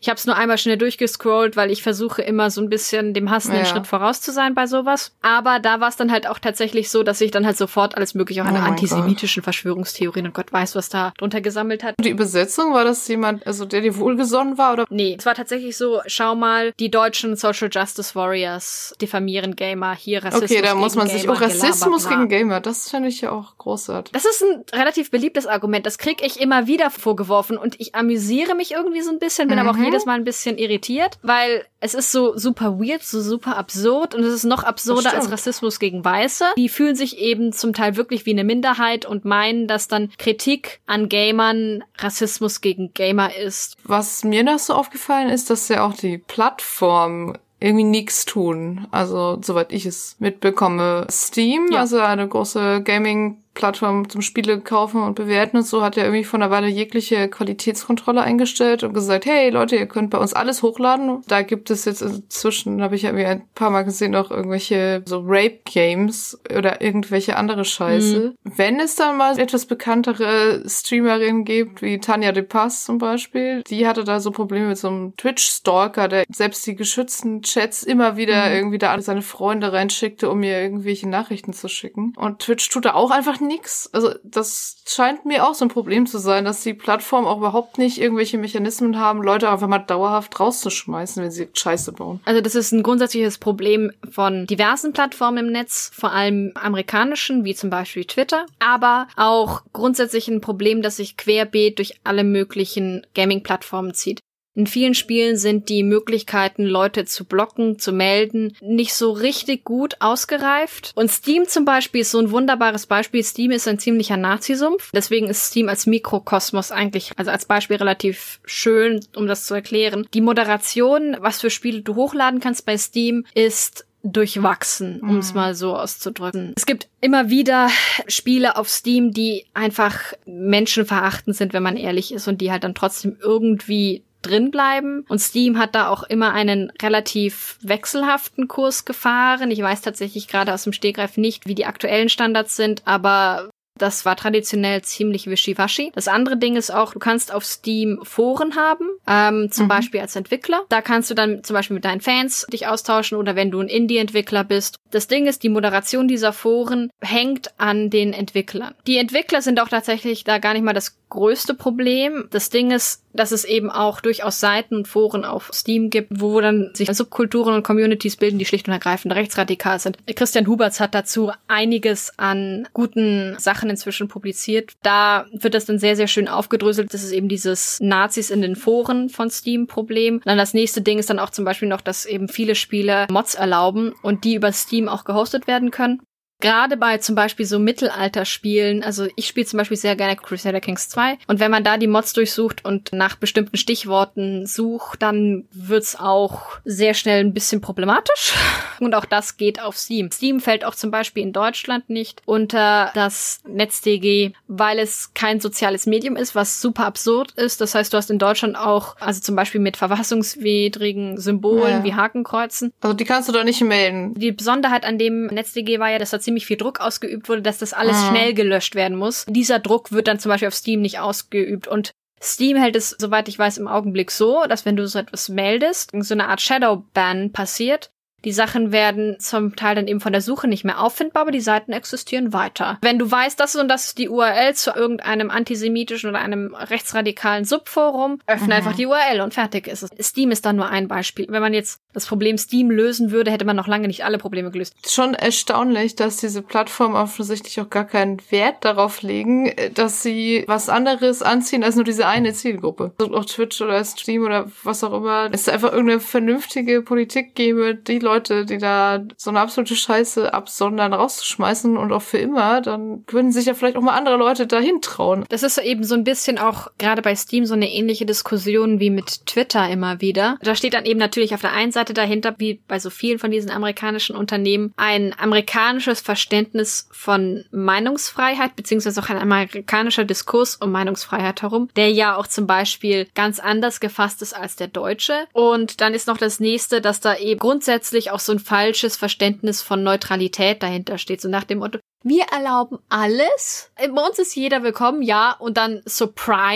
S3: Ich habe es nur einmal schnell durchgescrollt, weil ich versuche immer so ein bisschen dem Hass einen Schritt voraus zu sein bei sowas. Aber da war es dann halt auch tatsächlich so, dass ich dann halt sofort alles mögliche auch an antisemitischen Verschwörungstheorien und Gott weiß, was da drunter gesammelt hat.
S2: Die Übersetzung, war das jemand, also der dir wohlgesonnen war, oder?
S3: Nee, es war tatsächlich so, schau mal, die deutschen Social Justice Warriors diffamieren Gamer, hier Rassismus gegen Gamer.
S2: Okay, da muss man sich auch Rassismus gegen Gamer, das finde ich ja auch großartig.
S3: Das ist ein relativ beliebtes Argument, das kriege ich immer wieder vorgeworfen und ich amüsiere mich irgendwie so ein bisschen, bin aber auch jedes Mal ein bisschen irritiert, weil es ist so super weird, so super absurd und es ist noch absurder als Rassismus gegen Weiße. Die fühlen sich eben zum Teil wirklich wie eine Minderheit und meinen, dass dann Kritik an Gamern Rassismus gegen Gamer ist.
S2: Was mir noch so aufgefallen ist, dass ja auch die Plattform irgendwie nichts tun. Also, soweit ich es mitbekomme. Steam, also eine große Gaming-Plattform zum Spiele kaufen und bewerten und so, hat ja irgendwie vor einer Weile jegliche Qualitätskontrolle eingestellt und gesagt, hey Leute, ihr könnt bei uns alles hochladen. Da gibt es jetzt inzwischen, habe ich ja irgendwie ein paar Mal gesehen, auch irgendwelche so Rape-Games oder irgendwelche andere Scheiße. Wenn es dann mal etwas bekanntere Streamerinnen gibt, wie Tanja de Paz zum Beispiel, die hatte da so Probleme mit so einem Twitch-Stalker, der selbst die geschützten Chats immer wieder irgendwie da alle seine Freunde reinschickte, um mir irgendwelche Nachrichten zu schicken. Und Twitch tut da auch einfach nix. Also das scheint mir auch so ein Problem zu sein, dass die Plattformen auch überhaupt nicht irgendwelche Mechanismen haben, Leute einfach mal dauerhaft rauszuschmeißen, wenn sie Scheiße bauen.
S3: Also das ist ein grundsätzliches Problem von diversen Plattformen im Netz, vor allem amerikanischen, wie zum Beispiel Twitter, aber auch grundsätzlich ein Problem, das sich querbeet durch alle möglichen Gaming-Plattformen zieht. In vielen Spielen sind die Möglichkeiten, Leute zu blocken, zu melden, nicht so richtig gut ausgereift. Und Steam zum Beispiel ist so ein wunderbares Beispiel. Steam ist ein ziemlicher Nazisumpf. Deswegen ist Steam als Mikrokosmos eigentlich, also als Beispiel relativ schön, um das zu erklären. Die Moderation, was für Spiele du hochladen kannst bei Steam, ist durchwachsen, um es mal so auszudrücken. Es gibt immer wieder Spiele auf Steam, die einfach menschenverachtend sind, wenn man ehrlich ist, und die halt dann trotzdem irgendwie drin bleiben. Und Steam hat da auch immer einen relativ wechselhaften Kurs gefahren. Ich weiß tatsächlich gerade aus dem Stegreif nicht, wie die aktuellen Standards sind, aber das war traditionell ziemlich wischiwaschi. Das andere Ding ist auch, du kannst auf Steam Foren haben, zum Beispiel als Entwickler. Da kannst du dann zum Beispiel mit deinen Fans dich austauschen oder wenn du ein Indie-Entwickler bist. Das Ding ist, die Moderation dieser Foren hängt an den Entwicklern. Die Entwickler sind auch tatsächlich da gar nicht mal das größte Problem. Das Ding ist, dass es eben auch durchaus Seiten und Foren auf Steam gibt, wo dann sich Subkulturen und Communities bilden, die schlicht und ergreifend rechtsradikal sind. Christian Huberts hat dazu einiges an guten Sachen inzwischen publiziert. Da wird das dann sehr, sehr schön aufgedröselt. Das ist eben dieses Nazis in den Foren von Steam-Problem. Dann das nächste Ding ist dann auch zum Beispiel noch, dass eben viele Spiele Mods erlauben und die über Steam auch gehostet werden können. Gerade bei zum Beispiel so Mittelalterspielen, also ich spiele zum Beispiel sehr gerne Crusader Kings 2 und wenn man da die Mods durchsucht und nach bestimmten Stichworten sucht, dann wird's auch sehr schnell ein bisschen problematisch und auch das geht auf Steam. Steam fällt auch zum Beispiel in Deutschland nicht unter das NetzDG, weil es kein soziales Medium ist, was super absurd ist. Das heißt, du hast in Deutschland auch, also zum Beispiel mit verfassungswidrigen Symbolen wie Hakenkreuzen.
S2: Also die kannst du doch nicht melden.
S3: Die Besonderheit an dem NetzDG war ja, dass da ziemlich viel Druck ausgeübt wurde, dass das alles schnell gelöscht werden muss. Dieser Druck wird dann zum Beispiel auf Steam nicht ausgeübt und Steam hält es, soweit ich weiß, im Augenblick so, dass wenn du so etwas meldest, so eine Art Shadow-Ban passiert. Die Sachen werden zum Teil dann eben von der Suche nicht mehr auffindbar, aber die Seiten existieren weiter. Wenn du weißt, das und das ist die URL zu irgendeinem antisemitischen oder einem rechtsradikalen Subforum, öffne einfach die URL und fertig ist es. Steam ist dann nur ein Beispiel. Wenn man jetzt das Problem Steam lösen würde, hätte man noch lange nicht alle Probleme gelöst.
S2: Schon erstaunlich, dass diese Plattformen offensichtlich auch gar keinen Wert darauf legen, dass sie was anderes anziehen als nur diese eine Zielgruppe. Also auch Twitch oder Steam oder was auch immer. Es einfach irgendeine vernünftige Politik gäbe, die Leute, die da so eine absolute Scheiße absondern, rauszuschmeißen und auch für immer, dann würden sich ja vielleicht auch mal andere Leute dahin trauen.
S3: Das ist eben so ein bisschen auch gerade bei Steam so eine ähnliche Diskussion wie mit Twitter immer wieder. Da steht dann eben natürlich auf der einen Seite dahinter, wie bei so vielen von diesen amerikanischen Unternehmen, ein amerikanisches Verständnis von Meinungsfreiheit, beziehungsweise auch ein amerikanischer Diskurs um Meinungsfreiheit herum, der ja auch zum Beispiel ganz anders gefasst ist als der deutsche. Und dann ist noch das nächste, dass da eben grundsätzlich auch so ein falsches Verständnis von Neutralität dahinter steht. So nach dem Motto, wir erlauben alles. Bei uns ist jeder willkommen, ja. Und dann Surprise.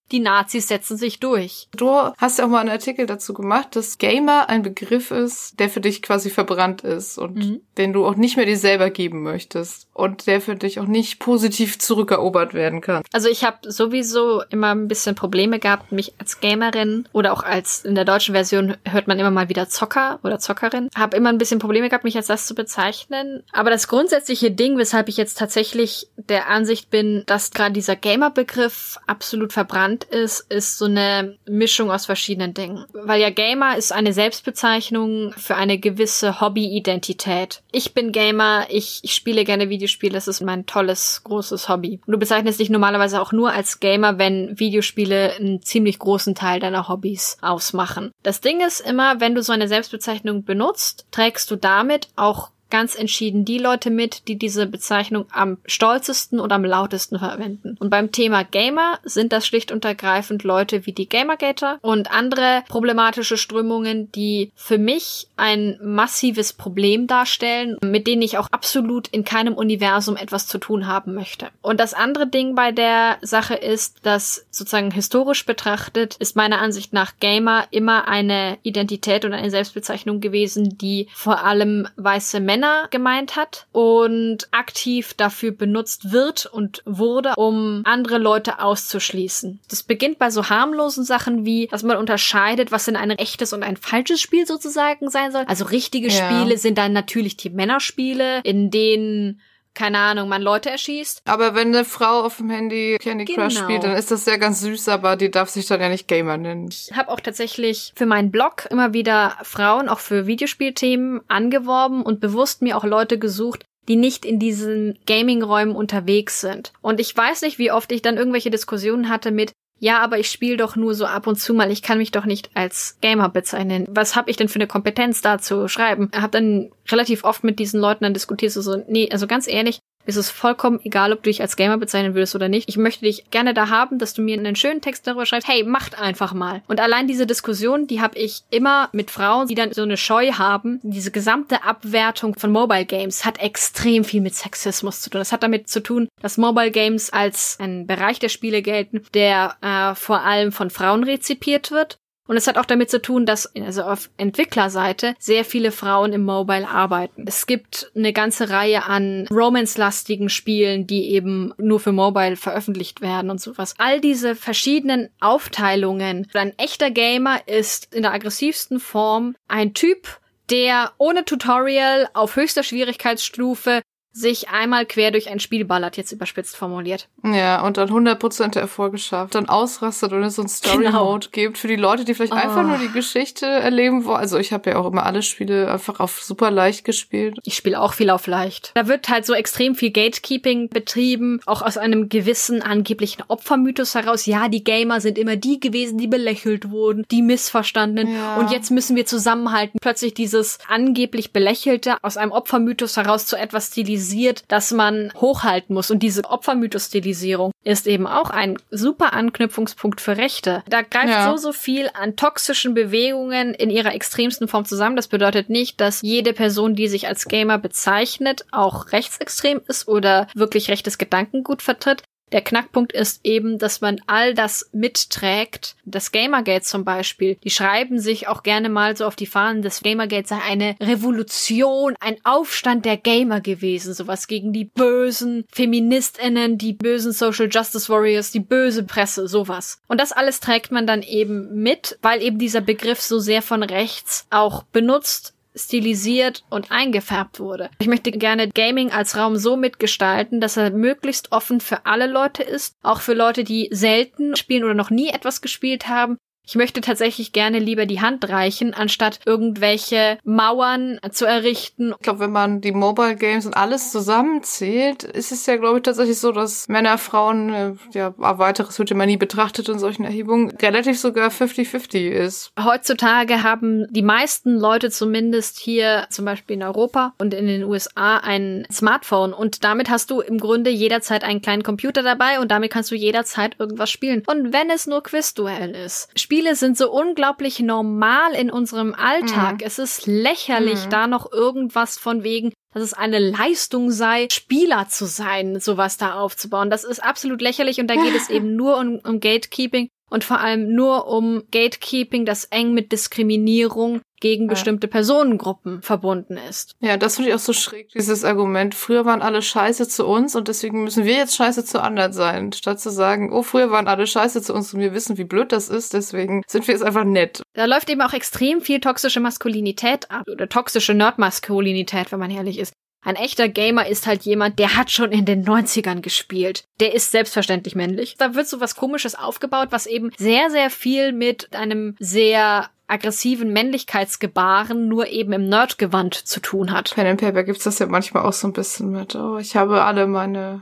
S3: die Nazis setzen sich durch.
S2: Du hast ja auch mal einen Artikel dazu gemacht, dass Gamer ein Begriff ist, der für dich quasi verbrannt ist und den du auch nicht mehr dir selber geben möchtest und der für dich auch nicht positiv zurückerobert werden kann.
S3: Also ich habe sowieso immer ein bisschen Probleme gehabt, mich als Gamerin oder auch als, in der deutschen Version hört man immer mal wieder Zocker oder Zockerin, habe immer ein bisschen Probleme gehabt, mich als das zu bezeichnen. Aber das grundsätzliche Ding, weshalb ich jetzt tatsächlich der Ansicht bin, dass gerade dieser Gamer-Begriff absolut verbrannt ist so eine Mischung aus verschiedenen Dingen. Weil ja Gamer ist eine Selbstbezeichnung für eine gewisse Hobby-Identität. Ich bin Gamer, ich spiele gerne Videospiele, das ist mein tolles, großes Hobby. Und du bezeichnest dich normalerweise auch nur als Gamer, wenn Videospiele einen ziemlich großen Teil deiner Hobbys ausmachen. Das Ding ist immer, wenn du so eine Selbstbezeichnung benutzt, trägst du damit auch ganz entschieden die Leute mit, die diese Bezeichnung am stolzesten und am lautesten verwenden. Und beim Thema Gamer sind das schlicht und ergreifend Leute wie die Gamergater und andere problematische Strömungen, die für mich ein massives Problem darstellen, mit denen ich auch absolut in keinem Universum etwas zu tun haben möchte. Und das andere Ding bei der Sache ist, dass sozusagen historisch betrachtet ist meiner Ansicht nach Gamer immer eine Identität und eine Selbstbezeichnung gewesen, die vor allem weiße Männer gemeint hat und aktiv dafür benutzt wird und wurde, um andere Leute auszuschließen. Das beginnt bei so harmlosen Sachen wie, dass man unterscheidet, was denn ein echtes und ein falsches Spiel sozusagen sein soll. Also richtige Spiele sind dann natürlich die Männerspiele, in denen keine Ahnung, man Leute erschießt.
S2: Aber wenn eine Frau auf dem Handy Candy Crush spielt, dann ist das ja ganz süß, aber die darf sich dann ja nicht Gamer nennen.
S3: Ich habe auch tatsächlich für meinen Blog immer wieder Frauen auch für Videospielthemen angeworben und bewusst mir auch Leute gesucht, die nicht in diesen Gaming-Räumen unterwegs sind. Und ich weiß nicht, wie oft ich dann irgendwelche Diskussionen hatte mit, ja, aber ich spiele doch nur so ab und zu mal, ich kann mich doch nicht als Gamer bezeichnen. Was habe ich denn für eine Kompetenz da zu schreiben? Ich habe dann relativ oft mit diesen Leuten dann diskutiert, so, nee, also ganz ehrlich, es ist vollkommen egal, ob du dich als Gamer bezeichnen würdest oder nicht. Ich möchte dich gerne da haben, dass du mir einen schönen Text darüber schreibst. Hey, macht einfach mal. Und allein diese Diskussion, die habe ich immer mit Frauen, die dann so eine Scheu haben. Diese gesamte Abwertung von Mobile Games hat extrem viel mit Sexismus zu tun. Das hat damit zu tun, dass Mobile Games als ein Bereich der Spiele gelten, der vor allem von Frauen rezipiert wird. Und es hat auch damit zu tun, dass also auf Entwicklerseite sehr viele Frauen im Mobile arbeiten. Es gibt eine ganze Reihe an romance-lastigen Spielen, die eben nur für Mobile veröffentlicht werden und sowas. All diese verschiedenen Aufteilungen. Ein echter Gamer ist in der aggressivsten Form ein Typ, der ohne Tutorial auf höchster Schwierigkeitsstufe sich einmal quer durch ein Spiel ballert, jetzt überspitzt formuliert.
S2: Ja, und dann 100% der Erfolge schafft, dann ausrastet und es so ein Story-Mode gibt für die Leute, die vielleicht einfach nur die Geschichte erleben wollen. Also ich habe ja auch immer alle Spiele einfach auf super leicht gespielt.
S3: Ich spiele auch viel auf leicht. Da wird halt so extrem viel Gatekeeping betrieben, auch aus einem gewissen angeblichen Opfermythos heraus. Ja, die Gamer sind immer die gewesen, die belächelt wurden, die Missverstandenen. Ja. Und jetzt müssen wir zusammenhalten. Plötzlich dieses angeblich Belächelte aus einem Opfermythos heraus zu etwas stilisiert, dass man hochhalten muss. Und diese Opfermythos-Stilisierung ist eben auch ein super Anknüpfungspunkt für Rechte. Da greift so viel an toxischen Bewegungen in ihrer extremsten Form zusammen. Das bedeutet nicht, dass jede Person, die sich als Gamer bezeichnet, auch rechtsextrem ist oder wirklich rechtes Gedankengut vertritt. Der Knackpunkt ist eben, dass man all das mitträgt. Das Gamergate zum Beispiel, die schreiben sich auch gerne mal so auf die Fahnen, das Gamergate sei eine Revolution, ein Aufstand der Gamer gewesen, sowas gegen die bösen FeministInnen, die bösen Social Justice Warriors, die böse Presse, sowas. Und das alles trägt man dann eben mit, weil eben dieser Begriff so sehr von rechts auch benutzt, stilisiert und eingefärbt wurde. Ich möchte gerne Gaming als Raum so mitgestalten, dass er möglichst offen für alle Leute ist, auch für Leute, die selten spielen oder noch nie etwas gespielt haben. Ich möchte tatsächlich gerne lieber die Hand reichen, anstatt irgendwelche Mauern zu errichten.
S2: Ich glaube, wenn man die Mobile Games und alles zusammenzählt, ist es ja, glaube ich, tatsächlich so, dass Männer, Frauen, weiteres wird ja nie betrachtet in solchen Erhebungen, relativ sogar 50-50 ist.
S3: Heutzutage haben die meisten Leute zumindest hier, zum Beispiel in Europa und in den USA, ein Smartphone. Und damit hast du im Grunde jederzeit einen kleinen Computer dabei und damit kannst du jederzeit irgendwas spielen. Und wenn es nur Quizduell ist. Spiele sind so unglaublich normal in unserem Alltag. Es ist lächerlich, da noch irgendwas von wegen, dass es eine Leistung sei, Spieler zu sein, sowas da aufzubauen. Das ist absolut lächerlich und da geht es eben nur um Gatekeeping. und vor allem nur um Gatekeeping, das eng mit Diskriminierung gegen bestimmte Personengruppen verbunden ist.
S2: Ja, das finde ich auch so schräg, dieses Argument. Früher waren alle scheiße zu uns und deswegen müssen wir jetzt scheiße zu anderen sein. Statt zu sagen, oh, früher waren alle scheiße zu uns und wir wissen, wie blöd das ist, deswegen sind wir jetzt einfach nett.
S3: Da läuft eben auch extrem viel toxische Maskulinität ab. Oder toxische Nerdmaskulinität, wenn man ehrlich ist. Ein echter Gamer ist halt jemand, der hat schon in den 90ern gespielt. Der ist selbstverständlich männlich. Da wird so was Komisches aufgebaut, was eben sehr, sehr viel mit einem sehr aggressiven Männlichkeitsgebaren nur eben im Nerdgewand zu tun hat.
S2: Pen and Paper gibt's das ja manchmal auch so ein bisschen mit. Oh, ich habe alle meine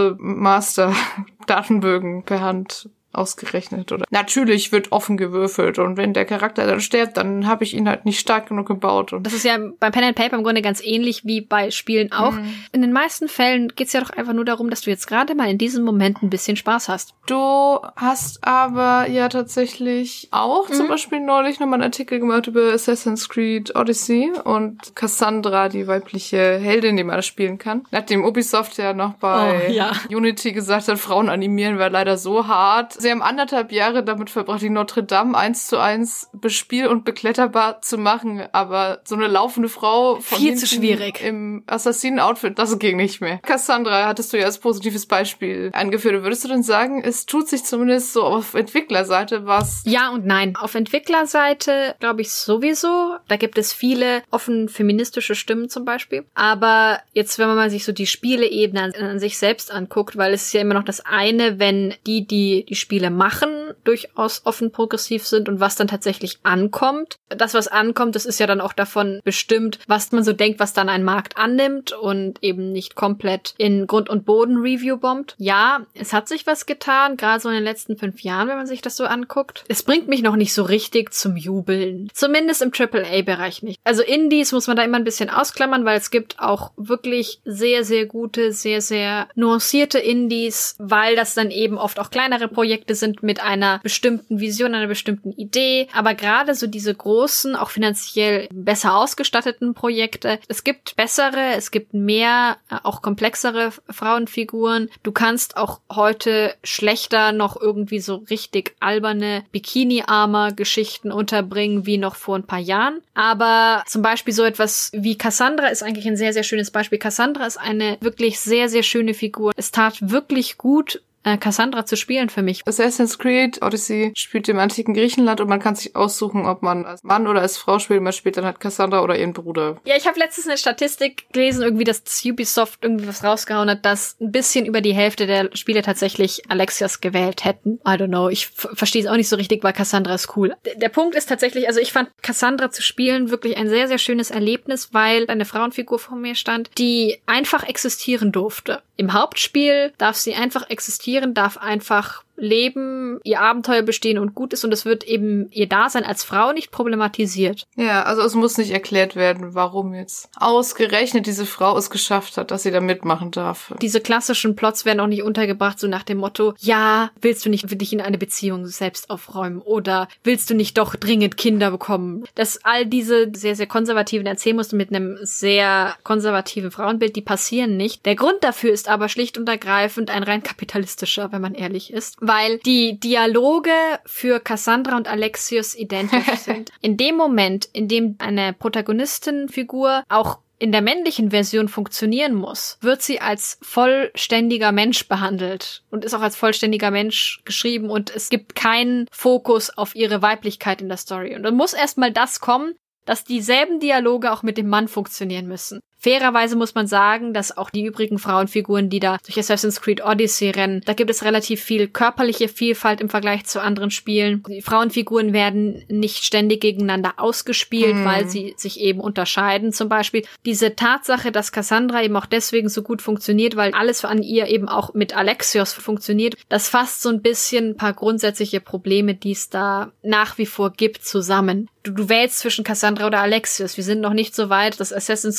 S2: Roll-Master-Datenbögen per Hand ausgerechnet, oder? Natürlich wird offen gewürfelt und wenn der Charakter dann stirbt, dann habe ich ihn halt nicht stark genug gebaut. Und
S3: das ist ja bei Pen and Paper im Grunde ganz ähnlich wie bei Spielen auch. In den meisten Fällen geht's ja doch einfach nur darum, dass du jetzt gerade mal in diesem Moment ein bisschen Spaß hast.
S2: Du hast aber ja tatsächlich auch zum Beispiel neulich nochmal einen Artikel gemacht über Assassin's Creed Odyssey und Cassandra, die weibliche Heldin, die man da spielen kann. Nachdem Ubisoft ja noch bei Unity gesagt hat, Frauen animieren war leider so hart. Sie haben 1,5 Jahre damit verbracht, die Notre Dame 1:1 bespiel- und bekletterbar zu machen, aber so eine laufende Frau von
S3: viel zu schwierig
S2: im Assassinen-Outfit, das ging nicht mehr. Cassandra hattest du ja als positives Beispiel angeführt. Würdest du denn sagen, es tut sich zumindest so auf Entwicklerseite was?
S3: Ja und nein. Auf Entwicklerseite glaube ich sowieso. Da gibt es viele offen feministische Stimmen zum Beispiel. Aber jetzt, wenn man mal sich so die Spieleebene an sich selbst anguckt, weil es ist ja immer noch das eine, wenn die Spiele machen, durchaus offen progressiv sind und was dann tatsächlich ankommt. Das, was ankommt, das ist ja dann auch davon bestimmt, was man so denkt, was dann ein Markt annimmt und eben nicht komplett in Grund und Boden Review bombt. Ja, es hat sich was getan, gerade so in den letzten 5 Jahren, wenn man sich das so anguckt. Es bringt mich noch nicht so richtig zum Jubeln. Zumindest im AAA-Bereich nicht. Also Indies muss man da immer ein bisschen ausklammern, weil es gibt auch wirklich sehr, sehr gute, sehr, sehr nuancierte Indies, weil das dann eben oft auch kleinere Projekte sind mit einer bestimmten Vision, einer bestimmten Idee. Aber gerade so diese großen, auch finanziell besser ausgestatteten Projekte, es gibt bessere, es gibt mehr, auch komplexere Frauenfiguren. Du kannst auch heute schlechter noch irgendwie so richtig alberne Bikini-Armor-Geschichten unterbringen, wie noch vor ein paar Jahren. Aber zum Beispiel so etwas wie Cassandra ist eigentlich ein sehr, sehr schönes Beispiel. Cassandra ist eine wirklich sehr, sehr schöne Figur. Es tat wirklich gut, Cassandra zu spielen für mich.
S2: Assassin's Creed Odyssey spielt im antiken Griechenland und man kann sich aussuchen, ob man als Mann oder als Frau spielt. Man spielt dann halt Cassandra oder ihren Bruder.
S3: Ja, ich habe letztens eine Statistik gelesen, irgendwie, dass Ubisoft irgendwie was rausgehauen hat, dass ein bisschen über die Hälfte der Spiele tatsächlich Alexios gewählt hätten. I don't know, ich verstehe es auch nicht so richtig, weil Cassandra ist cool. Der Punkt ist tatsächlich, also ich fand Cassandra zu spielen wirklich ein sehr, sehr schönes Erlebnis, weil eine Frauenfigur vor mir stand, die einfach existieren durfte. Im Hauptspiel darf sie einfach existieren, darf einfach leben, ihr Abenteuer bestehen und gut ist und es wird eben ihr Dasein als Frau nicht problematisiert.
S2: Ja, also es muss nicht erklärt werden, warum jetzt ausgerechnet diese Frau es geschafft hat, dass sie da mitmachen darf.
S3: Diese klassischen Plots werden auch nicht untergebracht, so nach dem Motto, ja, willst du nicht für dich in eine Beziehung selbst aufräumen oder willst du nicht doch dringend Kinder bekommen? Dass all diese sehr, sehr konservativen Erzählmuster mit einem sehr konservativen Frauenbild, die passieren nicht. Der Grund dafür ist aber schlicht und ergreifend ein rein kapitalistischer, wenn man ehrlich ist. Weil die Dialoge für Cassandra und Alexios identisch sind. In dem Moment, in dem eine Protagonistenfigur auch in der männlichen Version funktionieren muss, wird sie als vollständiger Mensch behandelt und ist auch als vollständiger Mensch geschrieben und es gibt keinen Fokus auf ihre Weiblichkeit in der Story. Und dann muss erstmal das kommen, dass dieselben Dialoge auch mit dem Mann funktionieren müssen. Fairerweise muss man sagen, dass auch die übrigen Frauenfiguren, die da durch Assassin's Creed Odyssey rennen, da gibt es relativ viel körperliche Vielfalt im Vergleich zu anderen Spielen. Die Frauenfiguren werden nicht ständig gegeneinander ausgespielt, weil sie sich eben unterscheiden. Zum Beispiel diese Tatsache, dass Cassandra eben auch deswegen so gut funktioniert, weil alles an ihr eben auch mit Alexios funktioniert, das fasst so ein bisschen ein paar grundsätzliche Probleme, die es da nach wie vor gibt, zusammen. Du wählst zwischen Cassandra oder Alexios. Wir sind noch nicht so weit, dass Assassin's Creed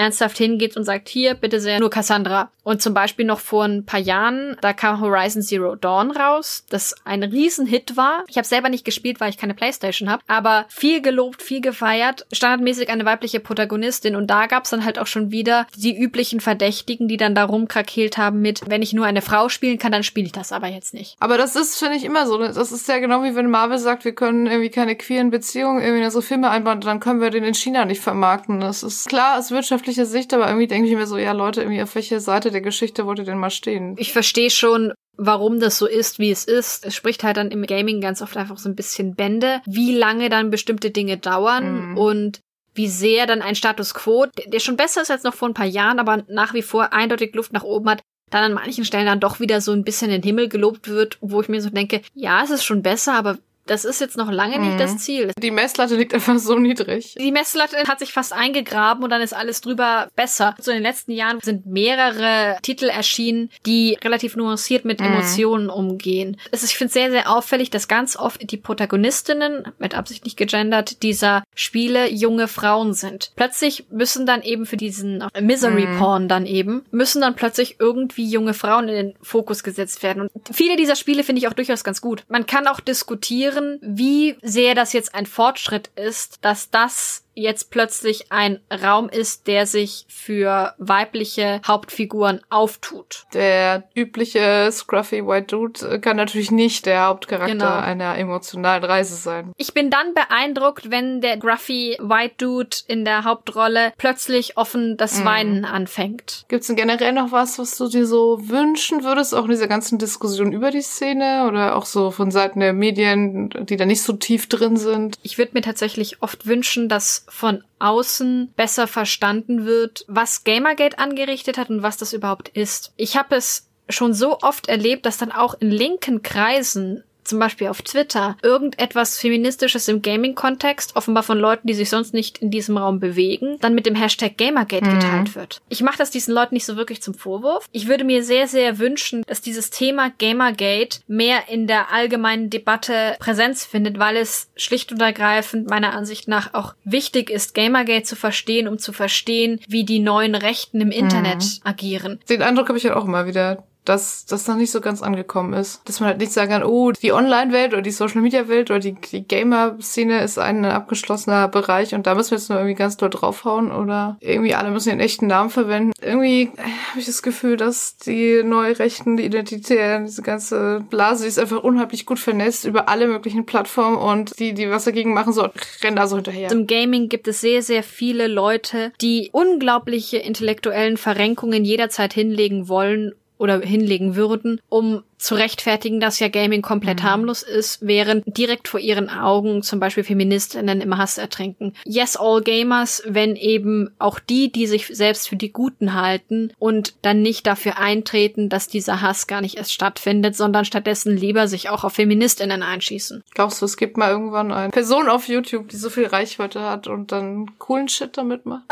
S3: ernsthaft hingeht und sagt, hier, bitte sehr, nur Cassandra. Und zum Beispiel noch vor ein paar Jahren, da kam Horizon Zero Dawn raus, das ein Riesenhit war. Ich habe selber nicht gespielt, weil ich keine Playstation habe, aber viel gelobt, viel gefeiert, standardmäßig eine weibliche Protagonistin und da gab's dann halt auch schon wieder die üblichen Verdächtigen, die dann da rumkrakeelt haben mit, wenn ich nur eine Frau spielen kann, dann spiele ich das aber jetzt nicht.
S2: Aber das ist, finde ich, immer so. Das ist ja genau wie wenn Marvel sagt, wir können irgendwie keine queeren Beziehungen irgendwie in unsere Filme einbauen, dann können wir den in China nicht vermarkten. Das ist klar aus wirtschaftlicher Sicht, aber irgendwie denke ich mir so, ja Leute, irgendwie auf welche Seite der Geschichte wollt ihr denn mal stehen?
S3: Ich verstehe schon, warum das so ist, wie es ist. Es spricht halt dann im Gaming ganz oft einfach so ein bisschen Bände, wie lange dann bestimmte Dinge dauern und wie sehr dann ein Status Quo, der schon besser ist als noch vor ein paar Jahren, aber nach wie vor eindeutig Luft nach oben hat, dann an manchen Stellen dann doch wieder so ein bisschen in den Himmel gelobt wird, wo ich mir so denke, ja, es ist schon besser, aber das ist jetzt noch lange nicht das Ziel.
S2: Die Messlatte liegt einfach so niedrig.
S3: Die Messlatte hat sich fast eingegraben und dann ist alles drüber besser. So in den letzten Jahren sind mehrere Titel erschienen, die relativ nuanciert mit Emotionen umgehen. Ich finde es sehr, sehr auffällig, dass ganz oft die Protagonistinnen, mit Absicht nicht gegendert, dieser Spiele junge Frauen sind. Plötzlich müssen dann eben für diesen Misery-Porn dann eben, müssen dann plötzlich irgendwie junge Frauen in den Fokus gesetzt werden. Und viele dieser Spiele finde ich auch durchaus ganz gut. Man kann auch diskutieren, wie sehr das jetzt ein Fortschritt ist, dass das jetzt plötzlich ein Raum ist, der sich für weibliche Hauptfiguren auftut.
S2: Der übliche scruffy White Dude kann natürlich nicht der Hauptcharakter einer emotionalen Reise sein.
S3: Ich bin dann beeindruckt, wenn der gruffy White Dude in der Hauptrolle plötzlich offen das Weinen anfängt.
S2: Gibt's denn generell noch was du dir so wünschen würdest, auch in dieser ganzen Diskussion über die Szene oder auch so von Seiten der Medien, die da nicht so tief drin sind?
S3: Ich würde mir tatsächlich oft wünschen, dass von außen besser verstanden wird, was Gamergate angerichtet hat und was das überhaupt ist. Ich habe es schon so oft erlebt, dass dann auch in linken Kreisen, zum Beispiel auf Twitter, irgendetwas Feministisches im Gaming-Kontext, offenbar von Leuten, die sich sonst nicht in diesem Raum bewegen, dann mit dem Hashtag Gamergate geteilt wird. Ich mache das diesen Leuten nicht so wirklich zum Vorwurf. Ich würde mir sehr, sehr wünschen, dass dieses Thema Gamergate mehr in der allgemeinen Debatte Präsenz findet, weil es schlicht und ergreifend meiner Ansicht nach auch wichtig ist, Gamergate zu verstehen, um zu verstehen, wie die neuen Rechten im Internet agieren.
S2: Den Eindruck habe ich halt auch immer wieder, dass das noch nicht so ganz angekommen ist. Dass man halt nicht sagen kann, oh, die Online-Welt oder die Social-Media-Welt oder die Gamer-Szene ist ein abgeschlossener Bereich und da müssen wir jetzt nur irgendwie ganz doll draufhauen oder irgendwie alle müssen ihren echten Namen verwenden. Irgendwie habe ich das Gefühl, dass die Neurechten, die Identitären, diese ganze Blase, die ist einfach unheimlich gut vernetzt über alle möglichen Plattformen und die was dagegen machen, so rennen da so hinterher.
S3: Im Gaming gibt es sehr, sehr viele Leute, die unglaubliche intellektuellen Verrenkungen jederzeit hinlegen wollen oder hinlegen würden, um zu rechtfertigen, dass ja Gaming komplett harmlos ist, während direkt vor ihren Augen zum Beispiel Feministinnen im Hass ertrinken. Yes, all Gamers, wenn eben auch die sich selbst für die Guten halten und dann nicht dafür eintreten, dass dieser Hass gar nicht erst stattfindet, sondern stattdessen lieber sich auch auf Feministinnen einschießen.
S2: Glaubst du, es gibt mal irgendwann eine Person auf YouTube, die so viel Reichweite hat und dann coolen Shit damit macht?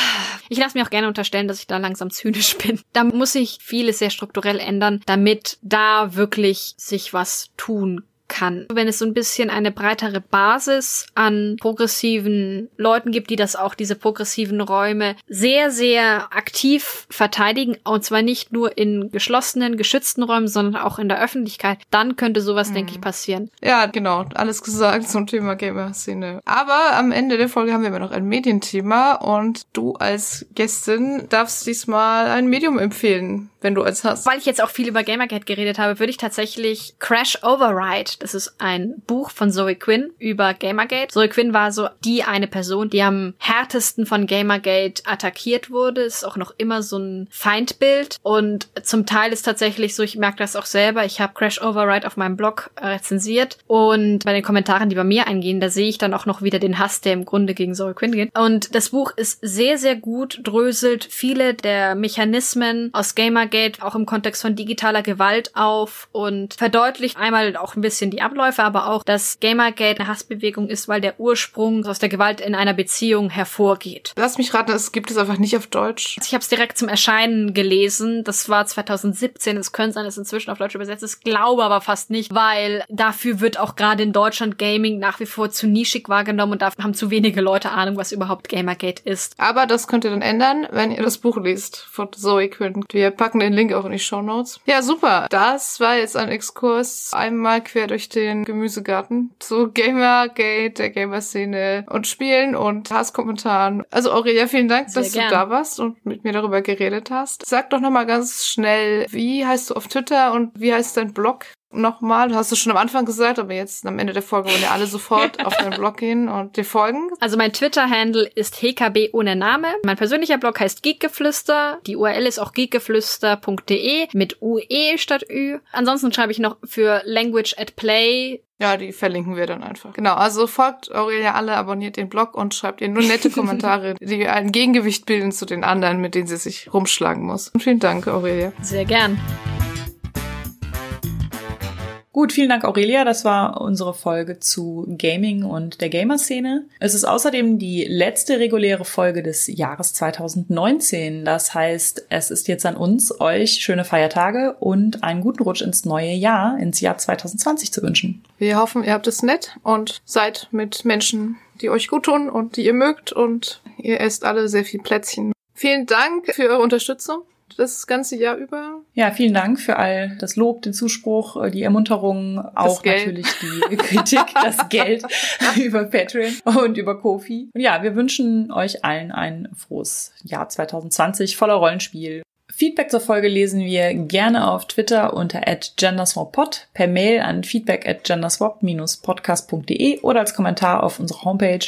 S3: Ich lasse mir auch gerne unterstellen, dass ich da langsam zynisch bin. Da muss sich vieles sehr strukturell ändern, damit da wirklich sich was tun kann. Wenn es so ein bisschen eine breitere Basis an progressiven Leuten gibt, die das auch, diese progressiven Räume sehr, sehr aktiv verteidigen, und zwar nicht nur in geschlossenen, geschützten Räumen, sondern auch in der Öffentlichkeit, dann könnte sowas, denke ich, passieren.
S2: Ja, genau. Alles gesagt zum Thema Gamer-Szene. Aber am Ende der Folge haben wir immer noch ein Medienthema und du als Gästin darfst diesmal ein Medium empfehlen, wenn du eins hast.
S3: Weil ich jetzt auch viel über Gamergate geredet habe, würde ich tatsächlich Crash Override, das ist ein Buch von Zoe Quinn über Gamergate. Zoe Quinn war so die eine Person, die am härtesten von Gamergate attackiert wurde. Ist auch noch immer so ein Feindbild. Und zum Teil ist tatsächlich so, ich merke das auch selber, ich habe Crash Override auf meinem Blog rezensiert. Und bei den Kommentaren, die bei mir eingehen, da sehe ich dann auch noch wieder den Hass, der im Grunde gegen Zoe Quinn geht. Und das Buch ist sehr, sehr gut, dröselt viele der Mechanismen aus Gamergate auch im Kontext von digitaler Gewalt auf und verdeutlicht einmal auch ein bisschen die Abläufe, aber auch, dass Gamergate eine Hassbewegung ist, weil der Ursprung aus der Gewalt in einer Beziehung hervorgeht.
S2: Lass mich raten, es gibt es einfach nicht auf Deutsch.
S3: Ich habe es direkt zum Erscheinen gelesen. Das war 2017. Es könnte sein, dass es inzwischen auf Deutsch übersetzt ist. Glaube aber fast nicht, weil dafür wird auch gerade in Deutschland Gaming nach wie vor zu nischig wahrgenommen und dafür haben zu wenige Leute Ahnung, was überhaupt Gamergate ist.
S2: Aber das könnt ihr dann ändern, wenn ihr das Buch liest von Zoe Quinn. Wir packen den Link auch in die Shownotes. Ja, super. Das war jetzt ein Exkurs einmal quer durch den Gemüsegarten zu Gamergate, der Gamer-Szene und Spielen und Hasskommentaren. Also Aurelia, vielen Dank, dass du da warst und mit mir darüber geredet hast. Sag doch nochmal ganz schnell, wie heißt du auf Twitter und wie heißt dein Blog? Nochmal, du hast es schon am Anfang gesagt, aber jetzt am Ende der Folge wollen ja alle sofort auf deinen Blog gehen und dir folgen.
S3: Also mein Twitter-Handle ist HKB ohne Name. Mein persönlicher Blog heißt Geekgeflüster. Die URL ist auch geekgeflüster.de mit UE statt Ü. Ansonsten schreibe ich noch für Language at Play.
S2: Ja, die verlinken wir dann einfach. Genau, also folgt Aurelia alle, abonniert den Blog und schreibt ihr nur nette Kommentare, die ein Gegengewicht bilden zu den anderen, mit denen sie sich rumschlagen muss. Und vielen Dank, Aurelia.
S3: Sehr gern.
S1: Gut, vielen Dank, Aurelia. Das war unsere Folge zu Gaming und der Gamer-Szene. Es ist außerdem die letzte reguläre Folge des Jahres 2019. Das heißt, es ist jetzt an uns, euch schöne Feiertage und einen guten Rutsch ins neue Jahr, ins Jahr 2020 zu wünschen.
S2: Wir hoffen, ihr habt es nett und seid mit Menschen, die euch gut tun und die ihr mögt und ihr esst alle sehr viel Plätzchen. Vielen Dank für eure Unterstützung das ganze Jahr über.
S1: Ja, vielen Dank für all das Lob, den Zuspruch, die Ermunterung, auch natürlich die Kritik, das Geld über Patreon und über Ko-fi. Und ja, wir wünschen euch allen ein frohes Jahr 2020 voller Rollenspiel. Feedback zur Folge lesen wir gerne auf Twitter unter @genderswappod, per Mail an feedback@genderswap-podcast.de oder als Kommentar auf unserer Homepage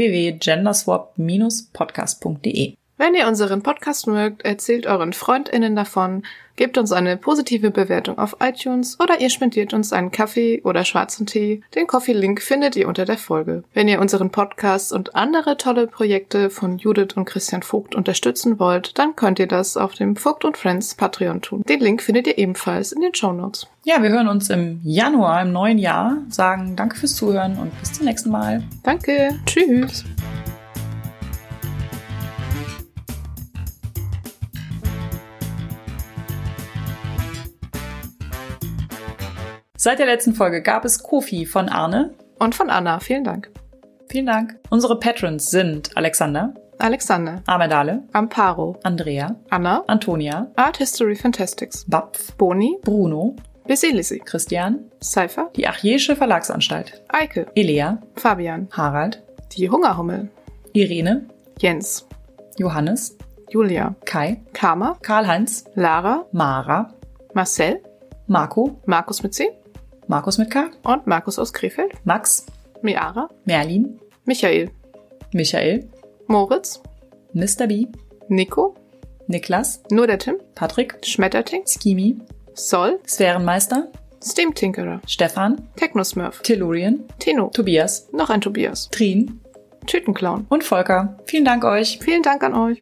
S1: www.genderswap-podcast.de.
S2: Wenn ihr unseren Podcast mögt, erzählt euren FreundInnen davon, gebt uns eine positive Bewertung auf iTunes oder ihr spendiert uns einen Kaffee oder schwarzen Tee. Den Coffee-Link findet ihr unter der Folge. Wenn ihr unseren Podcast und andere tolle Projekte von Judith und Christian Vogt unterstützen wollt, dann könnt ihr das auf dem Vogt & Friends Patreon tun. Den Link findet ihr ebenfalls in den Shownotes.
S1: Ja, wir hören uns im Januar, im neuen Jahr, sagen danke fürs Zuhören und bis zum nächsten Mal.
S2: Danke, tschüss.
S1: Seit der letzten Folge gab es Ko-fi von Arne
S2: und von Anna. Vielen Dank.
S1: Vielen Dank. Unsere Patrons sind Alexander, Amedale,
S2: Amparo,
S1: Andrea,
S2: Anna,
S1: Antonia,
S2: Art History Fantastics,
S1: Bapf,
S2: Boni,
S1: Bruno,
S2: Lissi,
S1: Christian,
S2: Cypher,
S1: die Achjesche Verlagsanstalt,
S2: Eike,
S1: Elea,
S2: Fabian,
S1: Harald,
S2: die Hungerhummel,
S1: Irene,
S2: Jens,
S1: Johannes,
S2: Julia,
S1: Kai,
S2: Karma,
S1: Karl-Heinz,
S2: Lara,
S1: Mara,
S2: Marcel,
S1: Marco,
S2: Markus mit C,
S1: Markus mit K
S2: und Markus aus Krefeld,
S1: Max,
S2: Miara,
S1: Merlin,
S2: Michael, Moritz,
S1: Mr. B,
S2: Nico,
S1: Niklas,
S2: nur der Tim,
S1: Patrick,
S2: Schmetterting,
S1: Skimi,
S2: Sol,
S1: Sphärenmeister,
S2: Steam Tinkerer,
S1: Stefan,
S2: Technosmurf,
S1: Tellurien,
S2: Tino,
S1: Tobias,
S2: noch ein Tobias,
S1: Trin,
S2: Tütenclown
S1: und Volker. Vielen Dank euch.
S2: Vielen Dank an euch.